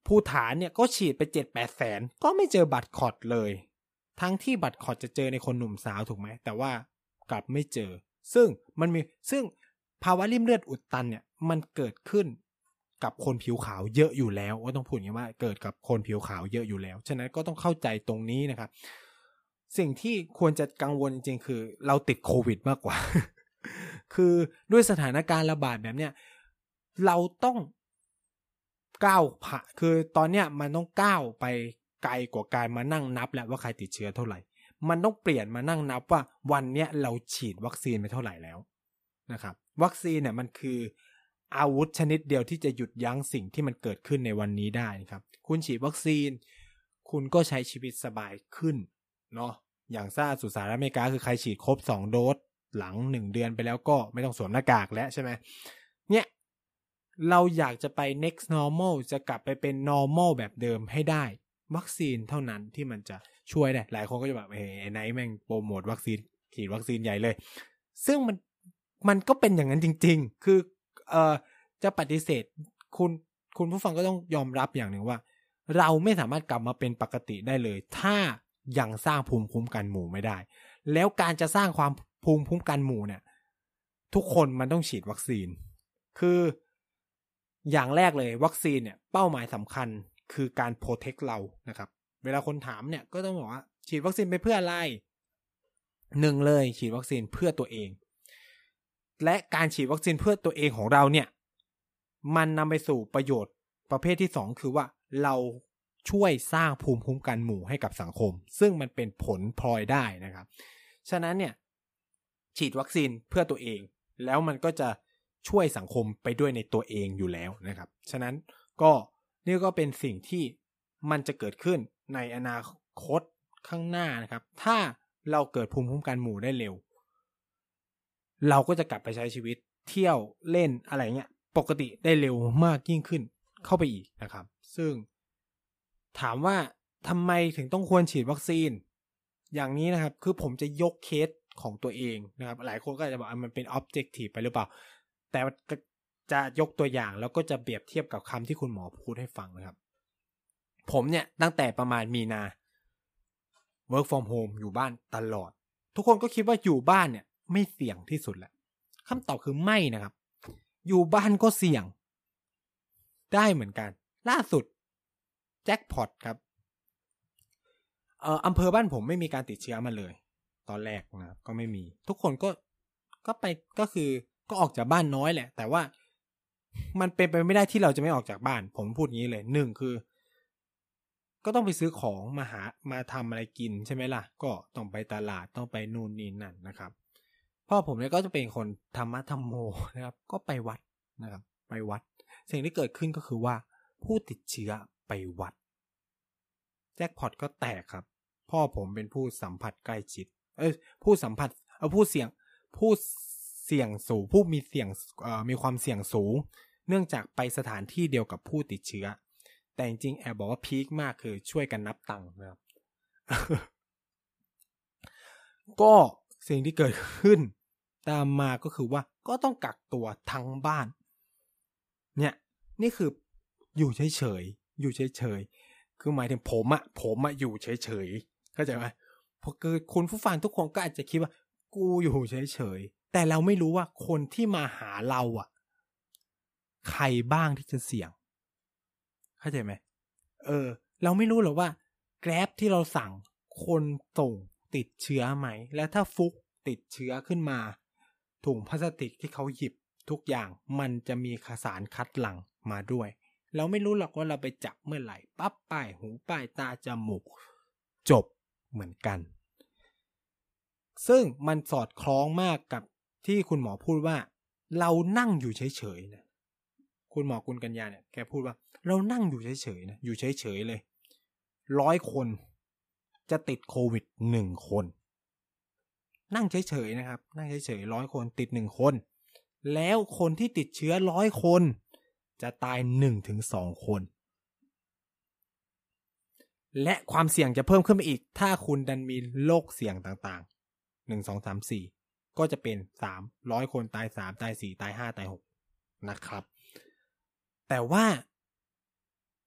ภูฐานเนี่ยก็ฉีดไป เจ็ดแปด แสนก็ไม่เจอบัตรคอดเลยทั้งที่บัตรคอดจะเจอในคนหนุ่มสาวถูกไหมแต่ว่ากลับไม่เจอซึ่งมันมีซึ่งภาวะริ่มเลือดอุดตันเนี่ยมันเกิดขึ้นกับคนผิวขาวเยอะอยู่แล้วก็ต้องพูดอย่างนี้ว่าเกิดกับคนผิวขาวเยอะอยู่แล้วฉะนั้นก็ต้องเข้าใจตรงนี้นะครับสิ่งที่ควรจะกังวลจริงๆคือเราติดโควิดมากกว่า คือด้วยสถานการณ์ระบาดแบบเนี้ยเราต้องก้าวผ่าคือตอนเนี้ยมันต้องก้าวไปไกลกว่าการมานั่งนับแล้วว่าใครติดเชื้อเท่าไหร่มันต้องเปลี่ยนมานั่งนับว่าวันเนี้ยเราฉีดวัคซีนไปเท่าไหร่แล้วนะครับวัคซีนเนี่ยมันคืออาวุธชนิดเดียวที่จะหยุดยั้งสิ่งที่มันเกิดขึ้นในวันนี้ได้นะครับคุณฉีดวัคซีนคุณก็ใช้ชีวิตสบายขึ้นเนาะอย่างซ่าสุดสหรัฐอเมริกาคือใครฉีดครบสองโดสหลังหนึ่งเดือนไปแล้วก็ไม่ต้องสวมหน้ากากแล้วใช่ไหมเนี่ยเราอยากจะไป next normal จะกลับไปเป็น normal แบบเดิมให้ได้วัคซีนเท่านั้นที่มันจะช่วยได้หลายคนก็จะแบบเฮ้ยไอ้ไหนแม่งโปรโมทวัคซีนฉีดวัคซีนใหญ่เลยซึ่งมันมันก็เป็นอย่างนั้นจริงๆคือเอ่อจะปฏิเสธคุณคุณผู้ฟังก็ต้องยอมรับอย่างหนึ่งว่าเราไม่สามารถกลับมาเป็นปกติได้เลยถ้ายังสร้างภูมิคุ้มกันหมู่ไม่ได้แล้วการจะสร้างความภูมิคุ้มกันหมู่เนี่ยทุกคนมันต้องฉีดวัคซีนคืออย่างแรกเลยวัคซีนเนี่ยเป้าหมายสำคัญคือการโปรเทคเรานะครับเวลาคนถามเนี่ยก็ต้องบอกว่าฉีดวัคซีนไปเพื่ออะไรหนึ่งเลยฉีดวัคซีนเพื่อตัวเองและการฉีดวัคซีนเพื่อตัวเองของเราเนี่ยมันนำไปสู่ประโยชน์ประเภทที่สองคือว่าเราช่วยสร้างภูมิคุ้มกันหมู่ให้กับสังคมซึ่งมันเป็นผลพลอยได้นะครับฉะนั้นเนี่ยฉีดวัคซีนเพื่อตัวเองแล้วมันก็จะช่วยสังคมไปด้วยในตัวเองอยู่แล้วนะครับฉะนั้นก็นี่ก็เป็นสิ่งที่มันจะเกิดขึ้นในอนาคตข้างหน้านะครับถ้าเราเกิดภูมิคุ้มกันหมู่ได้เร็วเราก็จะกลับไปใช้ชีวิตเที่ยวเล่นอะไรเงี้ยปกติได้เร็วมากยิ่งขึ้นเข้าไปอีกนะครับซึ่งถามว่าทำไมถึงต้องควรฉีดวัคซีนอย่างนี้นะครับคือผมจะยกเคสของตัวเองนะครับหลายคนก็อาจจะบอกมันเป็น objective ไปหรือเปล่าแต่จะยกตัวอย่างแล้วก็จะเปรียบเทียบกับคำที่คุณหมอพูดให้ฟังนะครับผมเนี่ยตั้งแต่ประมาณมีนา work from home อยู่บ้านตลอดทุกคนก็คิดว่าอยู่บ้านเนี่ยไม่เสี่ยงที่สุดแหละคำตอบคือไม่นะครับอยู่บ้านก็เสี่ยงได้เหมือนกันล่าสุดแจ็คพอตครับเอ่ออำเภอบ้านผมไม่มีการติดเชื้อมาเลยตอนแรกนะครับก็ไม่มีทุกคนก็ก็ไปก็คือก็ออกจากบ้านน้อยแหละแต่ว่ามันเป็นไปไม่ได้ที่เราจะไม่ออกจากบ้านผมพูดงี้เลยหนึ่งคือก็ต้องไปซื้อของมาหามาทำอะไรกินใช่ไหมล่ะก็ต้องไปตลาดต้องไปนู่นนี่นั่นนะครับพ่อผมเนี่ยก็จะเป็นคนธรรมะธรรมโมนะครับก็ไปวัดนะครับไปวัดสิ่งที่เกิดขึ้นก็คือว่าผู้ติดเชื้อไปวัดแจ็คพอตก็แตกครับพ่อผมเป็นผู้สัมผัสใกล้ชิดเอ้ยผู้สัมผัสเออผู้เสี่ยงผู้เสี่ยงสูงผู้มีเสี่ยงเอ่อมีความเสี่ยงสูงเนื่องจากไปสถานที่เดียวกับผู้ติดเชื้อแต่จริงๆแอบบอกว่าพีคมากคือช่วยกันนับตังค์นะครับ ก็สิ่งที่เกิดขึ้นตามมาก็คือว่าก็ต้องกักตัวทั้งบ้านเนี่ยนี่คืออยู่เฉยๆอยู่เฉยๆคือหมายถึงผมอะผมอะอยู่เฉยๆเข้าใจไหมเพราะคือคุณผู้ฟังทุกคนก็อาจจะคิดว่ากูอยู่เฉยๆแต่เราไม่รู้ว่าคนที่มาหาเราอะใครบ้างที่จะเสี่ยงเข้าใจไหมเออเราไม่รู้หรอกว่า Grab ที่เราสั่งคนส่งติดเชื้อไหมและถ้าฟุกติดเชื้อขึ้นมาถุงพลาสติกที่เขาหยิบทุกอย่างมันจะมีสารคัดหลั่งมาด้วยเราไม่รู้หรอกว่าเราไปจับเมื่อไหร่ปั๊บป้ายหูป้ายตาจมูกจบเหมือนกันซึ่งมันสอดคล้องมากกับที่คุณหมอพูดว่าเรานั่งอยู่เฉยๆนะคุณหมอกุลกัญญาเนี่ยแกพูดว่าเรานั่งอยู่เฉยๆนะอยู่เฉยๆเลยร้อยคนจะติดโควิดหนึ่งคนนั่งเฉยๆนะครับนั่งเฉยๆร้อยคนติดหนึ่งคนแล้วคนที่ติดเชื้อร้อยคนจะตาย หนึ่งถึงสอง คนและความเสี่ยงจะเพิ่มขึ้นไปอีกถ้าคุณดันมีโรคเสี่ยงต่างๆหนึ่ง สอง สาม สี่ก็จะเป็นสามร้อยคนตายสามตายสี่ตายห้าตายหกนะครับแต่ว่า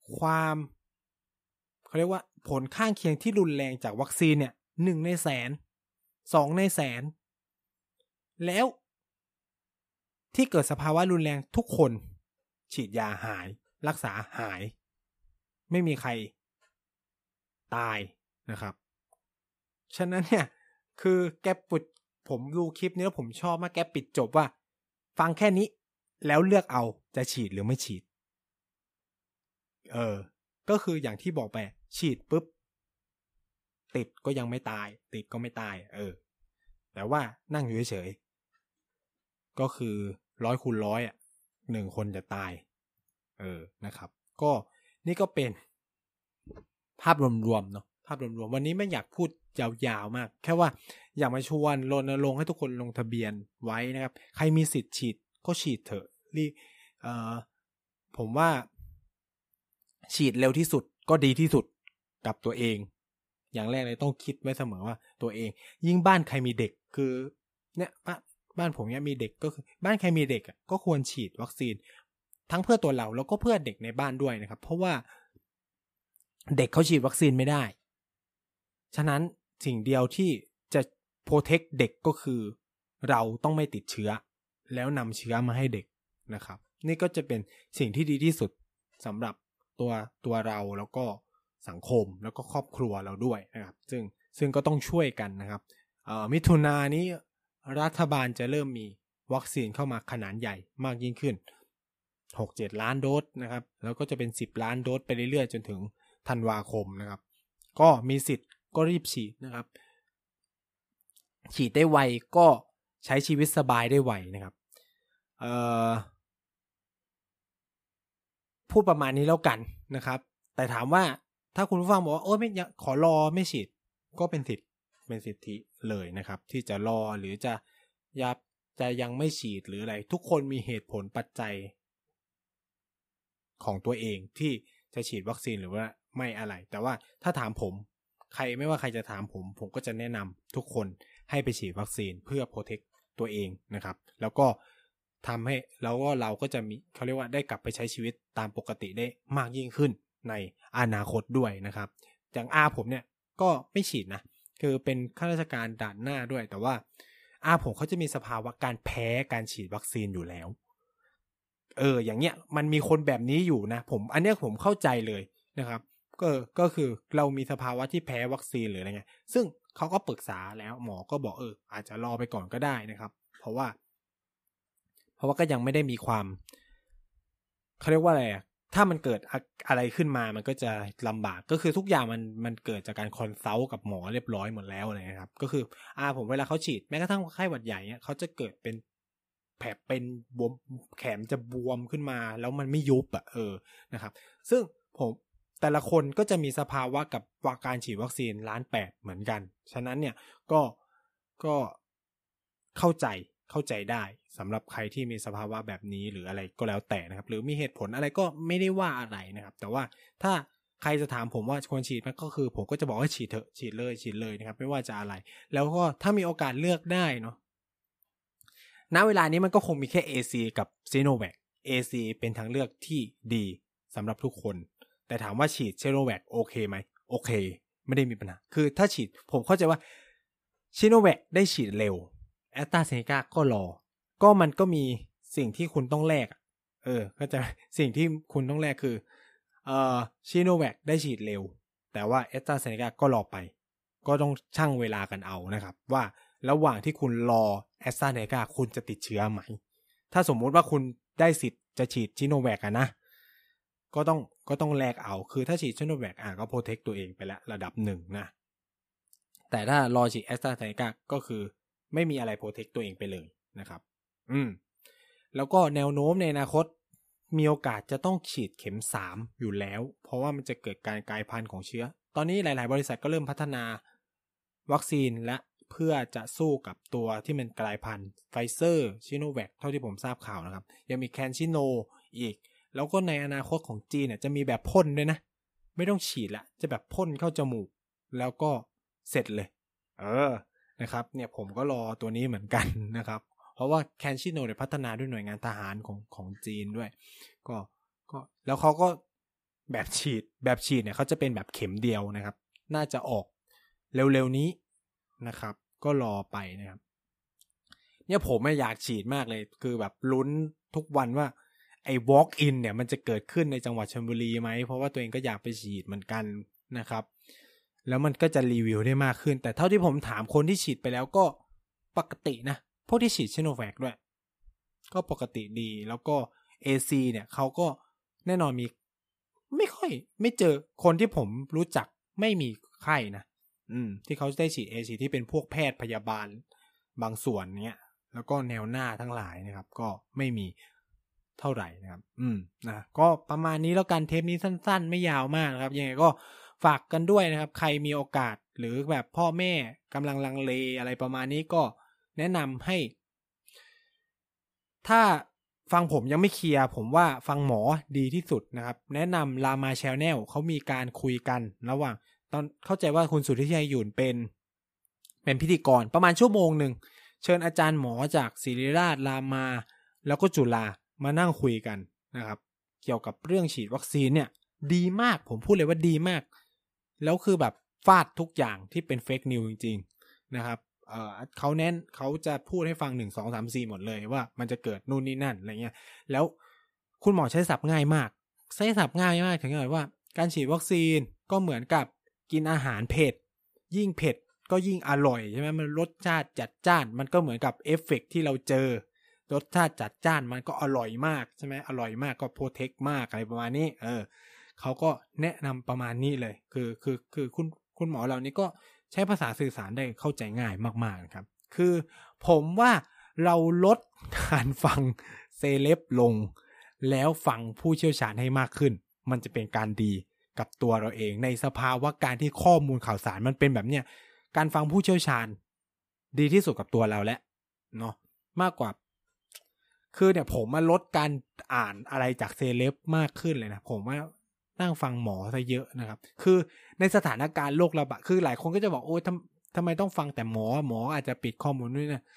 ความเขาเรียกว่าผลข้างเคียงที่รุนแรงจากวัคซีนเนี่ยหนึ่งในแสนสองในแสนแล้วที่เกิดสภาวะรุนแรงทุกคนฉีดยาหายรักษาหายไม่มีใครตายนะครับฉะนั้นเนี่ยคือแกปิดผมดูคลิปนี้แล้วผมชอบมากแกปิดจบว่าฟังแค่นี้แล้วเลือกเอาจะฉีดหรือไม่ฉีดเออก็คืออย่างที่บอกไปฉีดปุ๊บติดก็ยังไม่ตายติดก็ไม่ตายเออแต่ว่านั่งอยู่เฉยๆก็คือร้อยคูณร้อยอ่ะหนึ่งคนจะตายเออนะครับก็นี่ก็เป็นภาพรวมๆเนาะภาพรวมๆวันนี้ไม่อยากพูดยาวๆมากแค่ว่าอยากมาชวนรณรงค์ให้ทุกคนลงทะเบียนไว้นะครับใครมีสิทธิ์ฉีดก็ฉีดเถอะรีเอ่อผมว่าฉีดเร็วที่สุดก็ดีที่สุดกับตัวเองอย่างแรกเลยต้องคิดไว้เสมอว่าตัวเองยิ่งบ้านใครมีเด็กคือเนี่ยบ้านบ้านผมเนี่ยมีเด็กก็คือบ้านใครมีเด็กก็ควรฉีดวัคซีนทั้งเพื่อตัวเราแล้วก็เพื่อเด็กในบ้านด้วยนะครับเพราะว่าเด็กเขาฉีดวัคซีนไม่ได้ฉะนั้นสิ่งเดียวที่จะโปรเทคเด็กก็คือเราต้องไม่ติดเชื้อแล้วนำเชื้อมาให้เด็กนะครับนี่ก็จะเป็นสิ่งที่ดีที่สุดสำหรับตัวตัวเราแล้วก็สังคมแล้วก็ครอบครัวเราด้วยนะครับซึ่งซึ่งก็ต้องช่วยกันนะครับมิถุนายนนี้รัฐบาลจะเริ่มมีวัคซีนเข้ามาขนาดใหญ่มากยิ่งขึ้น หกเจ็ด ล้านโดสนะครับแล้วก็จะเป็นสิบล้านโดสไปเรื่อยๆจนถึงธันวาคมนะครับก็มีสิทธิ์ก็รีบฉีดนะครับฉีดได้ไวก็ใช้ชีวิตสบายได้ไวนะครับเอ่อพูดประมาณนี้แล้วกันนะครับแต่ถามว่าถ้าคุณผู้ฟังบอกว่าโอ๊ยไม่ขอรอไม่ฉีดก็เป็นสิทธิ์เป็นสิทธิเลยนะครับที่จะรอหรือจะยับจะยังไม่ฉีดหรืออะไรทุกคนมีเหตุผลปัจจัยของตัวเองที่จะฉีดวัคซีนหรือว่าไม่อะไรแต่ว่าถ้าถามผมใครไม่ว่าใครจะถามผมผมก็จะแนะนำทุกคนให้ไปฉีดวัคซีนเพื่อโปรเทคตัวเองนะครับแล้วก็ทำให้แล้วก็เราก็จะมีเขาเรียกว่าได้กลับไปใช้ชีวิตตามปกติได้มากยิ่งขึ้นในอนาคตด้วยนะครับอย่างอาผมเนี่ยก็ไม่ฉีดนะคือเป็นข้าราชการด่านหน้าด้วยแต่ว่าอาผมเขาจะมีสภาวะการแพ้การฉีดวัคซีนอยู่แล้วเอออย่างเงี้ยมันมีคนแบบนี้อยู่นะผมอันเนี้ยผมเข้าใจเลยนะครับก็ก็คือเรามีสภาวะที่แพ้วัคซีนหรืออะไรเงี้ยซึ่งเขาก็ปรึกษาแล้วหมอก็บอกเอออาจจะรอไปก่อนก็ได้นะครับเพราะว่าเพราะว่าก็ยังไม่ได้มีความเขาเรียกว่าอะไรอ่ะถ้ามันเกิดอะไรขึ้นมามันก็จะลำบากก็คือทุกอย่างมันมันเกิดจากการคอนซัลท์กับหมอเรียบร้อยหมดแล้วเลยนะครับก็คืออ่าผมเวลาเขาฉีดแม้กระทั่งไข้หวัดใหญ่เนี่ยเขาจะเกิดเป็นแผลเป็นบวมแขนจะบวมขึ้นมาแล้วมันไม่ยุบอ่ะเออนะครับซึ่งผมแต่ละคนก็จะมีสภาวะกับการฉีดวัคซีนล้านแปดเหมือนกันฉะนั้นเนี่ยก็ก็เข้าใจเข้าใจได้สำหรับใครที่มีสภาวะแบบนี้หรืออะไรก็แล้วแต่นะครับหรือมีเหตุผลอะไรก็ไม่ได้ว่าอะไรนะครับแต่ว่าถ้าใครจะถามผมว่าควรฉีดมันก็คือผมก็จะบอกว่าฉีดเถอะฉีดเลยฉีดเลยนะครับไม่ว่าจะอะไรแล้วก็ถ้ามีโอกาสเลือกได้เนาะณเวลานี้มันก็คงมีแค่ เอ ซี กับ Sinovac เอ ซี เป็นทางเลือกที่ดีสำหรับทุกคนแต่ถามว่าฉีด Sinovac โอเคไหมโอเคไม่ได้มีปัญหาคือถ้าฉีดผมเข้าใจว่า Sinovac ได้ฉีดเร็ว AstraZeneca ก็รอก็มันก็มีสิ่งที่คุณต้องแลกเออก็จะสิ่งที่คุณต้องแลกคือเอ่อ Sinovac ได้ฉีดเร็วแต่ว่า AstraZeneca ก็รอไปก็ต้องชั่งเวลากันเอานะครับว่าระหว่างที่คุณรอ AstraZeneca คุณจะติดเชื้อไหมถ้าสมมุติว่าคุณได้สิทธิ์จะฉีด Sinovac อ่ะนะก็ต้องก็ต้องแลกเอาคือถ้าฉีด Sinovac อ่ะก็โปรเทคตัวเองไปแล้วระดับหนึ่งนะแต่ถ้ารอฉีด AstraZeneca ก็คือไม่มีอะไรโปรเทคตัวเองไปเลยนะครับอืมแล้วก็แนวโน้มในอนาคตมีโอกาสจะต้องฉีดเข็มสามอยู่แล้วเพราะว่ามันจะเกิดการกลายพันธุ์ของเชื้อตอนนี้หลายๆบริษัทก็เริ่มพัฒนาวัคซีนและเพื่อจะสู้กับตัวที่มันกลายพันธุ์ไฟเซอร์ชิโนแวคเท่าที่ผมทราบข่าวนะครับยังมีแคนชิโนอีกแล้วก็ในอนาคตของจีนเนี่ยจะมีแบบพ่นด้วยนะไม่ต้องฉีดละจะแบบพ่นเข้าจมูกแล้วก็เสร็จเลยเออนะครับเนี่ยผมก็รอตัวนี้เหมือนกันนะครับเพราะว่าแคนชิโนเนี่ยพัฒนาด้วยหน่วยงานทหารของของจีนด้วยก็ก็แล้วเขาก็แบบฉีดแบบฉีดเนี่ยเขาจะเป็นแบบเข็มเดียวนะครับน่าจะออกเร็วๆนี้นะครับก็รอไปนะครับเนี่ยผมไม่อยากฉีดมากเลยคือแบบลุ้นทุกวันว่าไอ้ walk in เนี่ยมันจะเกิดขึ้นในจังหวัดชลบุรีไหมเพราะว่าตัวเองก็อยากไปฉีดเหมือนกันนะครับแล้วมันก็จะรีวิวได้มากขึ้นแต่เท่าที่ผมถามคนที่ฉีดไปแล้วก็ปกตินะพวกที่ฉีดซิโนแวคด้วยก็ปกติดีแล้วก็ เอ ซี เนี่ยเขาก็แน่นอนมีไม่ค่อยไม่เจอคนที่ผมรู้จักไม่มีไข้นะอืมที่เขาได้ฉีด เอ ซี ที่เป็นพวกแพทย์พยาบาลบางส่วนเนี้ยแล้วก็แนวหน้าทั้งหลายนะครับก็ไม่มีเท่าไหร่นะครับอืมนะก็ประมาณนี้แล้วกันเทปนี้สั้นๆไม่ยาวมากนะครับยังไงก็ฝากกันด้วยนะครับใครมีโอกาสหรือแบบพ่อแม่กำลังลังเลอะไรประมาณนี้ก็แนะนำให้ถ้าฟังผมยังไม่เคลียร์ผมว่าฟังหมอดีที่สุดนะครับแนะนำ Lama Channel เขามีการคุยกันระหว่างตอนเข้าใจว่าคุณสุทธิชัยหยุ่นเป็นเป็นพิธีกรประมาณชั่วโมงหนึ่งเชิญอาจารย์หมอจากศิริราชรามาแล้วก็จุฬามานั่งคุยกันนะครับเกี่ยวกับเรื่องฉีดวัคซีนเนี่ยดีมากผมพูดเลยว่าดีมากแล้วคือแบบฟาดทุกอย่างที่เป็นเฟคนิวจริงๆนะครับเอ่อเขาเน้นเขาจะพูดให้ฟังหนึ่ง สอง สาม สี่หมดเลยว่ามันจะเกิดนู่นนี่นั่นอะไรเงี้ยแล้วคุณหมอใช้ศัพท์ง่ายมากใช้ศัพท์ง่ายมากถึงขนาดว่าการฉีดวัคซีนก็เหมือนกับกินอาหารเผ็ดยิ่งเผ็ดก็ยิ่งอร่อยใช่ไหมมันรสชาติจัดจ้านมันก็เหมือนกับเอฟเฟกต์ที่เราเจอรสชาติจัดจ้านมันก็อร่อยมากใช่ไหมอร่อยมากก็โปรเทคมากอะไรประมาณนี้เออเขาก็แนะนำประมาณนี้เลยคือคือคือคุณคุณหมอเหล่านี้ก็ใช้ภาษาสื่อสารได้เข้าใจง่ายมากๆนะครับคือผมว่าเราลดการฟังเซเลบลงแล้วฟังผู้เชี่ยวชาญให้มากขึ้นมันจะเป็นการดีกับตัวเราเองในสภาวะการที่ข้อมูลข่าวสารมันเป็นแบบเนี้ยการฟังผู้เชี่ยวชาญดีที่สุดกับตัวเราแล้วเนาะมากกว่าคือเนี่ยผมมาลดการอ่านอะไรจากเซเลบมากขึ้นเลยนะผมว่านั่งฟังหมอซะเยอะนะครับคือในสถานการณ์โรคระบาดคือหลายคนก็จะบอกโอ๊ยทำทำไมต้องฟังแต่หมอหมออาจจะปิดข้อมูลด้วยนะ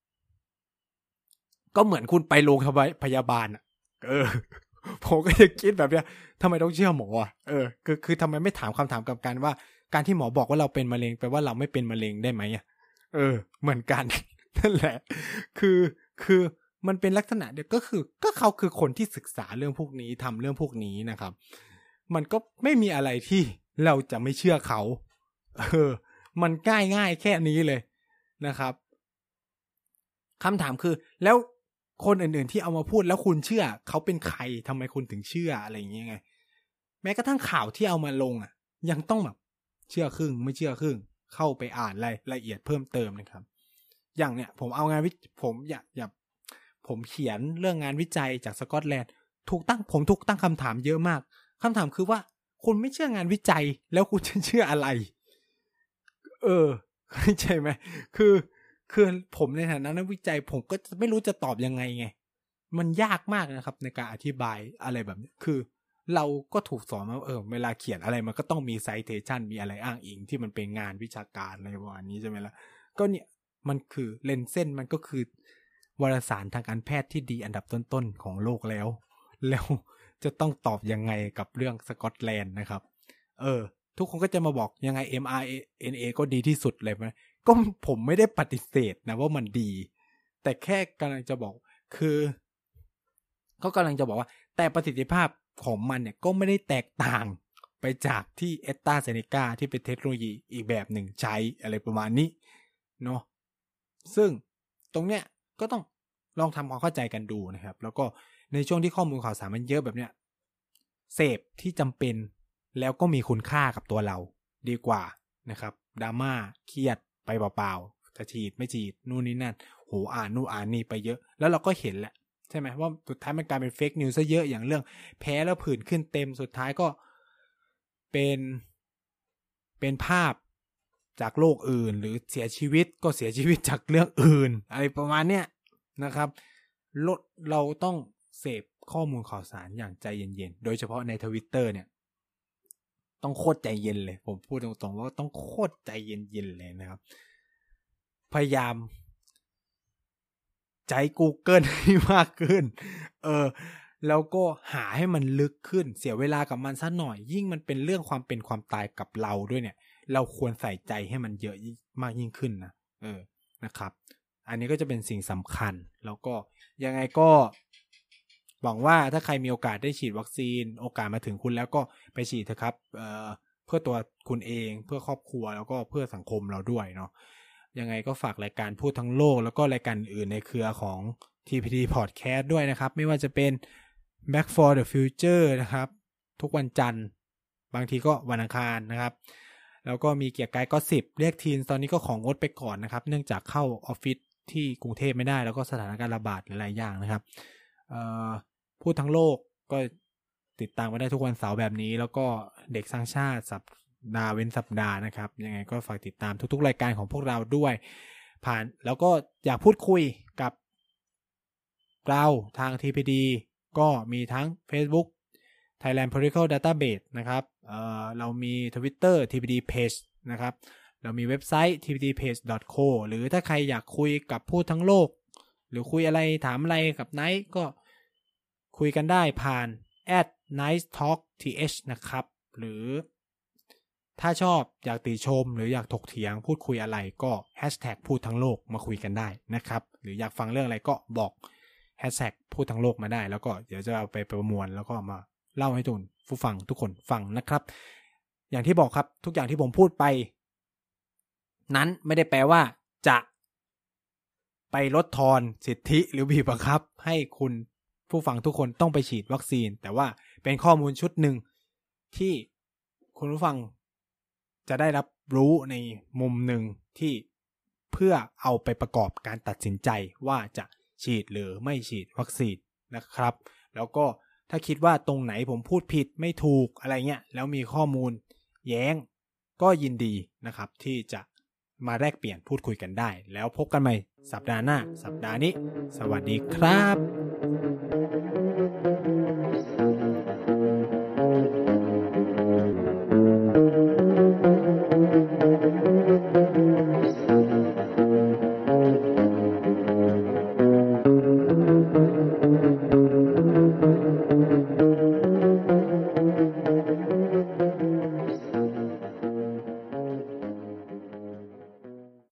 ก็เหมือนคุณไปโรงพยาบาลอ่ะเออผมก็จะคิดแบบเนี้ยทำไมต้องเชื่อหมออ่ะเออคือคือทำไมไม่ถามคำถามกับกันว่าการที่หมอบอกว่าเราเป็นมะเร็งแปลว่าเราไม่เป็นมะเร็งได้ไหมอ่ะเออเหมือนกันนั่นแหละคือคือมันเป็นลักษณะเดียวก็คือก็เขาคือคนที่ศึกษาเรื่องพวกนี้ทำเรื่องพวกนี้นะครับมันก็ไม่มีอะไรที่เราจะไม่เชื่อเขาเออมันง่ายง่ายแค่นี้เลยนะครับคำถามคือแล้วคนอื่นๆที่เอามาพูดแล้วคุณเชื่อเขาเป็นใครทำไมคุณถึงเชื่ออะไรอย่างเงี้ยไงแม้กระทั่งข่าวที่เอามาลงอ่ะยังต้องแบบเชื่อครึ่งไม่เชื่อครึ่งเข้าไปอ่านรายละเอียดเพิ่มเติมนะครับอย่างเนี้ยผมเอางานวิผมอยากอยากผมเขียนเรื่องงานวิจัยจากสกอตแลนด์ถูกตั้งผมถูกตั้งคำถามเยอะมากคำถามคือว่าคุณไม่เชื่องานวิจัยแล้วคุณจะเชื่ออะไรเออใช่ไหมคือคือผมในฐานะนักวิจัยผมก็ไม่รู้จะตอบยังไงไงมันยากมากนะครับในการอธิบายอะไรแบบนี้คือเราก็ถูกสอนมาเออเวลาเขียนอะไรมันก็ต้องมี citation มีอะไรอ้างอิงที่มันเป็นงานวิชาการอะไรประมาณนี้ใช่ไหมล่ะก็เนี่ยมันคือเลนเซ่นมันก็คือวารสารทางการแพทย์ที่ดีอันดับต้นๆของโลกแล้วแล้วจะต้องตอบยังไงกับเรื่องสกอตแลนด์นะครับเออทุกคนก็จะมาบอกยังไง เอ็ม อาร์ เอ็น เอ ก็ดีที่สุดเลยไหมก็ผมไม่ได้ปฏิเสธนะว่ามันดีแต่แค่กำลังจะบอกคือเขากำลังจะบอกว่าแต่ประสิทธิภาพของมันเนี่ยก็ไม่ได้แตกต่างไปจากที่แอสตราเซเนกาที่เป็นเทคโนโลยีอีกแบบหนึ่งใช้อะไรประมาณนี้เนาะซึ่งตรงเนี้ยก็ต้องลองทำความเข้าใจกันดูนะครับแล้วก็ในช่วงที่ข้อมูลข่าวสารมันเยอะแบบเนี้ยเสพที่จำเป็นแล้วก็มีคุณค่ากับตัวเราดีกว่านะครับดราม่าเครียดไปเปล่าๆจะฉีดไม่ฉีดนู่นนี่นั่นโหอ่านนู่นอ่านนี่ไปเยอะแล้วเราก็เห็นแหละใช่ไหมว่าสุดท้ายมันกลายเป็นเฟกนิวส์ซะเยอะอย่างเรื่องแพ้แล้วผื่นขึ้นเต็มสุดท้ายก็เป็นเป็นภาพจากโรคอื่นหรือเสียชีวิตก็เสียชีวิตจากเรื่องอื่นอะไรประมาณเนี้ยนะครับลดเราต้องเสพข้อมูลข่าวสารอย่างใจเย็นๆโดยเฉพาะใน Twitter เนี่ยต้องโคตรใจเย็นเลยผมพูดตรงๆว่าต้องโคตรใจเย็นๆเลยนะครับพยายามใจ Google ให้มากขึ้นเออแล้วก็หาให้มันลึกขึ้นเสียเวลากับมันซะหน่อยยิ่งมันเป็นเรื่องความเป็นความตายกับเราด้วยเนี่ยเราควรใส่ใจให้มันเยอะมากยิ่งขึ้นนะเออนะครับอันนี้ก็จะเป็นสิ่งสำคัญแล้วก็ยังไงก็หวังว่าถ้าใครมีโอกาสได้ฉีดวัคซีนโอกาสมาถึงคุณแล้วก็ไปฉีดเถอะครับเอ่อเพื่อตัวคุณเองเพื่อครอบครัวแล้วก็เพื่อสังคมเราด้วยเนาะยังไงก็ฝากรายการพูดทั้งโลกแล้วก็รายการอื่นในเครือของ ที พี ดี Podcast ด้วยนะครับไม่ว่าจะเป็น Back for the Future นะครับทุกวันจันทร์บางทีก็วันอังคารนะครับแล้วก็มีเกียร์กายก็สิบเรียกทีนตอนนี้ก็ของงดไปก่อนนะครับเนื่องจากเข้าออฟฟิศที่กรุงเทพไม่ได้แล้วก็สถานการณ์ระบาดหลายอย่างนะครับเอ่อพูดทั้งโลกก็ติดตามมาได้ทุกวันเสาร์แบบนี้แล้วก็เด็กสร้างชาติสัปดาห์เว้นสัปดาห์นะครับยังไงก็ฝากติดตามทุกๆรายการของพวกเราด้วยผ่านแล้วก็อยากพูดคุยกับเราทาง ที พี ดี ก็มีทั้ง Facebook Thailand Political Database นะครับเอ่อเรามี Twitter ที พี ดี Page นะครับเรามีเว็บไซต์ ที พี ดี เพจ ดอท โค หรือถ้าใครอยากคุยกับพูดทั้งโลกหรือคุยอะไรถามอะไรกับไนท์ก็คุยกันได้ผ่าน แอท ไนท์ ทอล์ก ที เอช นะครับหรือถ้าชอบอยากติชมหรืออยากถกเถียงพูดคุยอะไรก็แฮชแท็กพูดทั้งโลกมาคุยกันได้นะครับหรืออยากฟังเรื่องอะไรก็บอกแฮชแท็กพูดทั้งโลกมาได้แล้วก็เดี๋ยวจะเอาไปประมวลแล้วก็มาเล่าให้ทุกผู้ฟังทุกคนฟังนะครับอย่างที่บอกครับทุกอย่างที่ผมพูดไปนั้นไม่ได้แปลว่าจะไปลดทอนสิทธิหรือบีบบังคับให้คุณผู้ฟังทุกคนต้องไปฉีดวัคซีนแต่ว่าเป็นข้อมูลชุดหนึ่งที่คุณผู้ฟังจะได้รับรู้ในมุมหนึ่งที่เพื่อเอาไปประกอบการตัดสินใจว่าจะฉีดหรือไม่ฉีดวัคซีนนะครับแล้วก็ถ้าคิดว่าตรงไหนผมพูดผิดไม่ถูกอะไรเงี้ยแล้วมีข้อมูลแย้งก็ยินดีนะครับที่จะมาแลกเปลี่ยนพูดคุยกันได้แล้วพบกันใหม่สัปดาห์หน้าสัปดาห์นี้สวัสดีครับ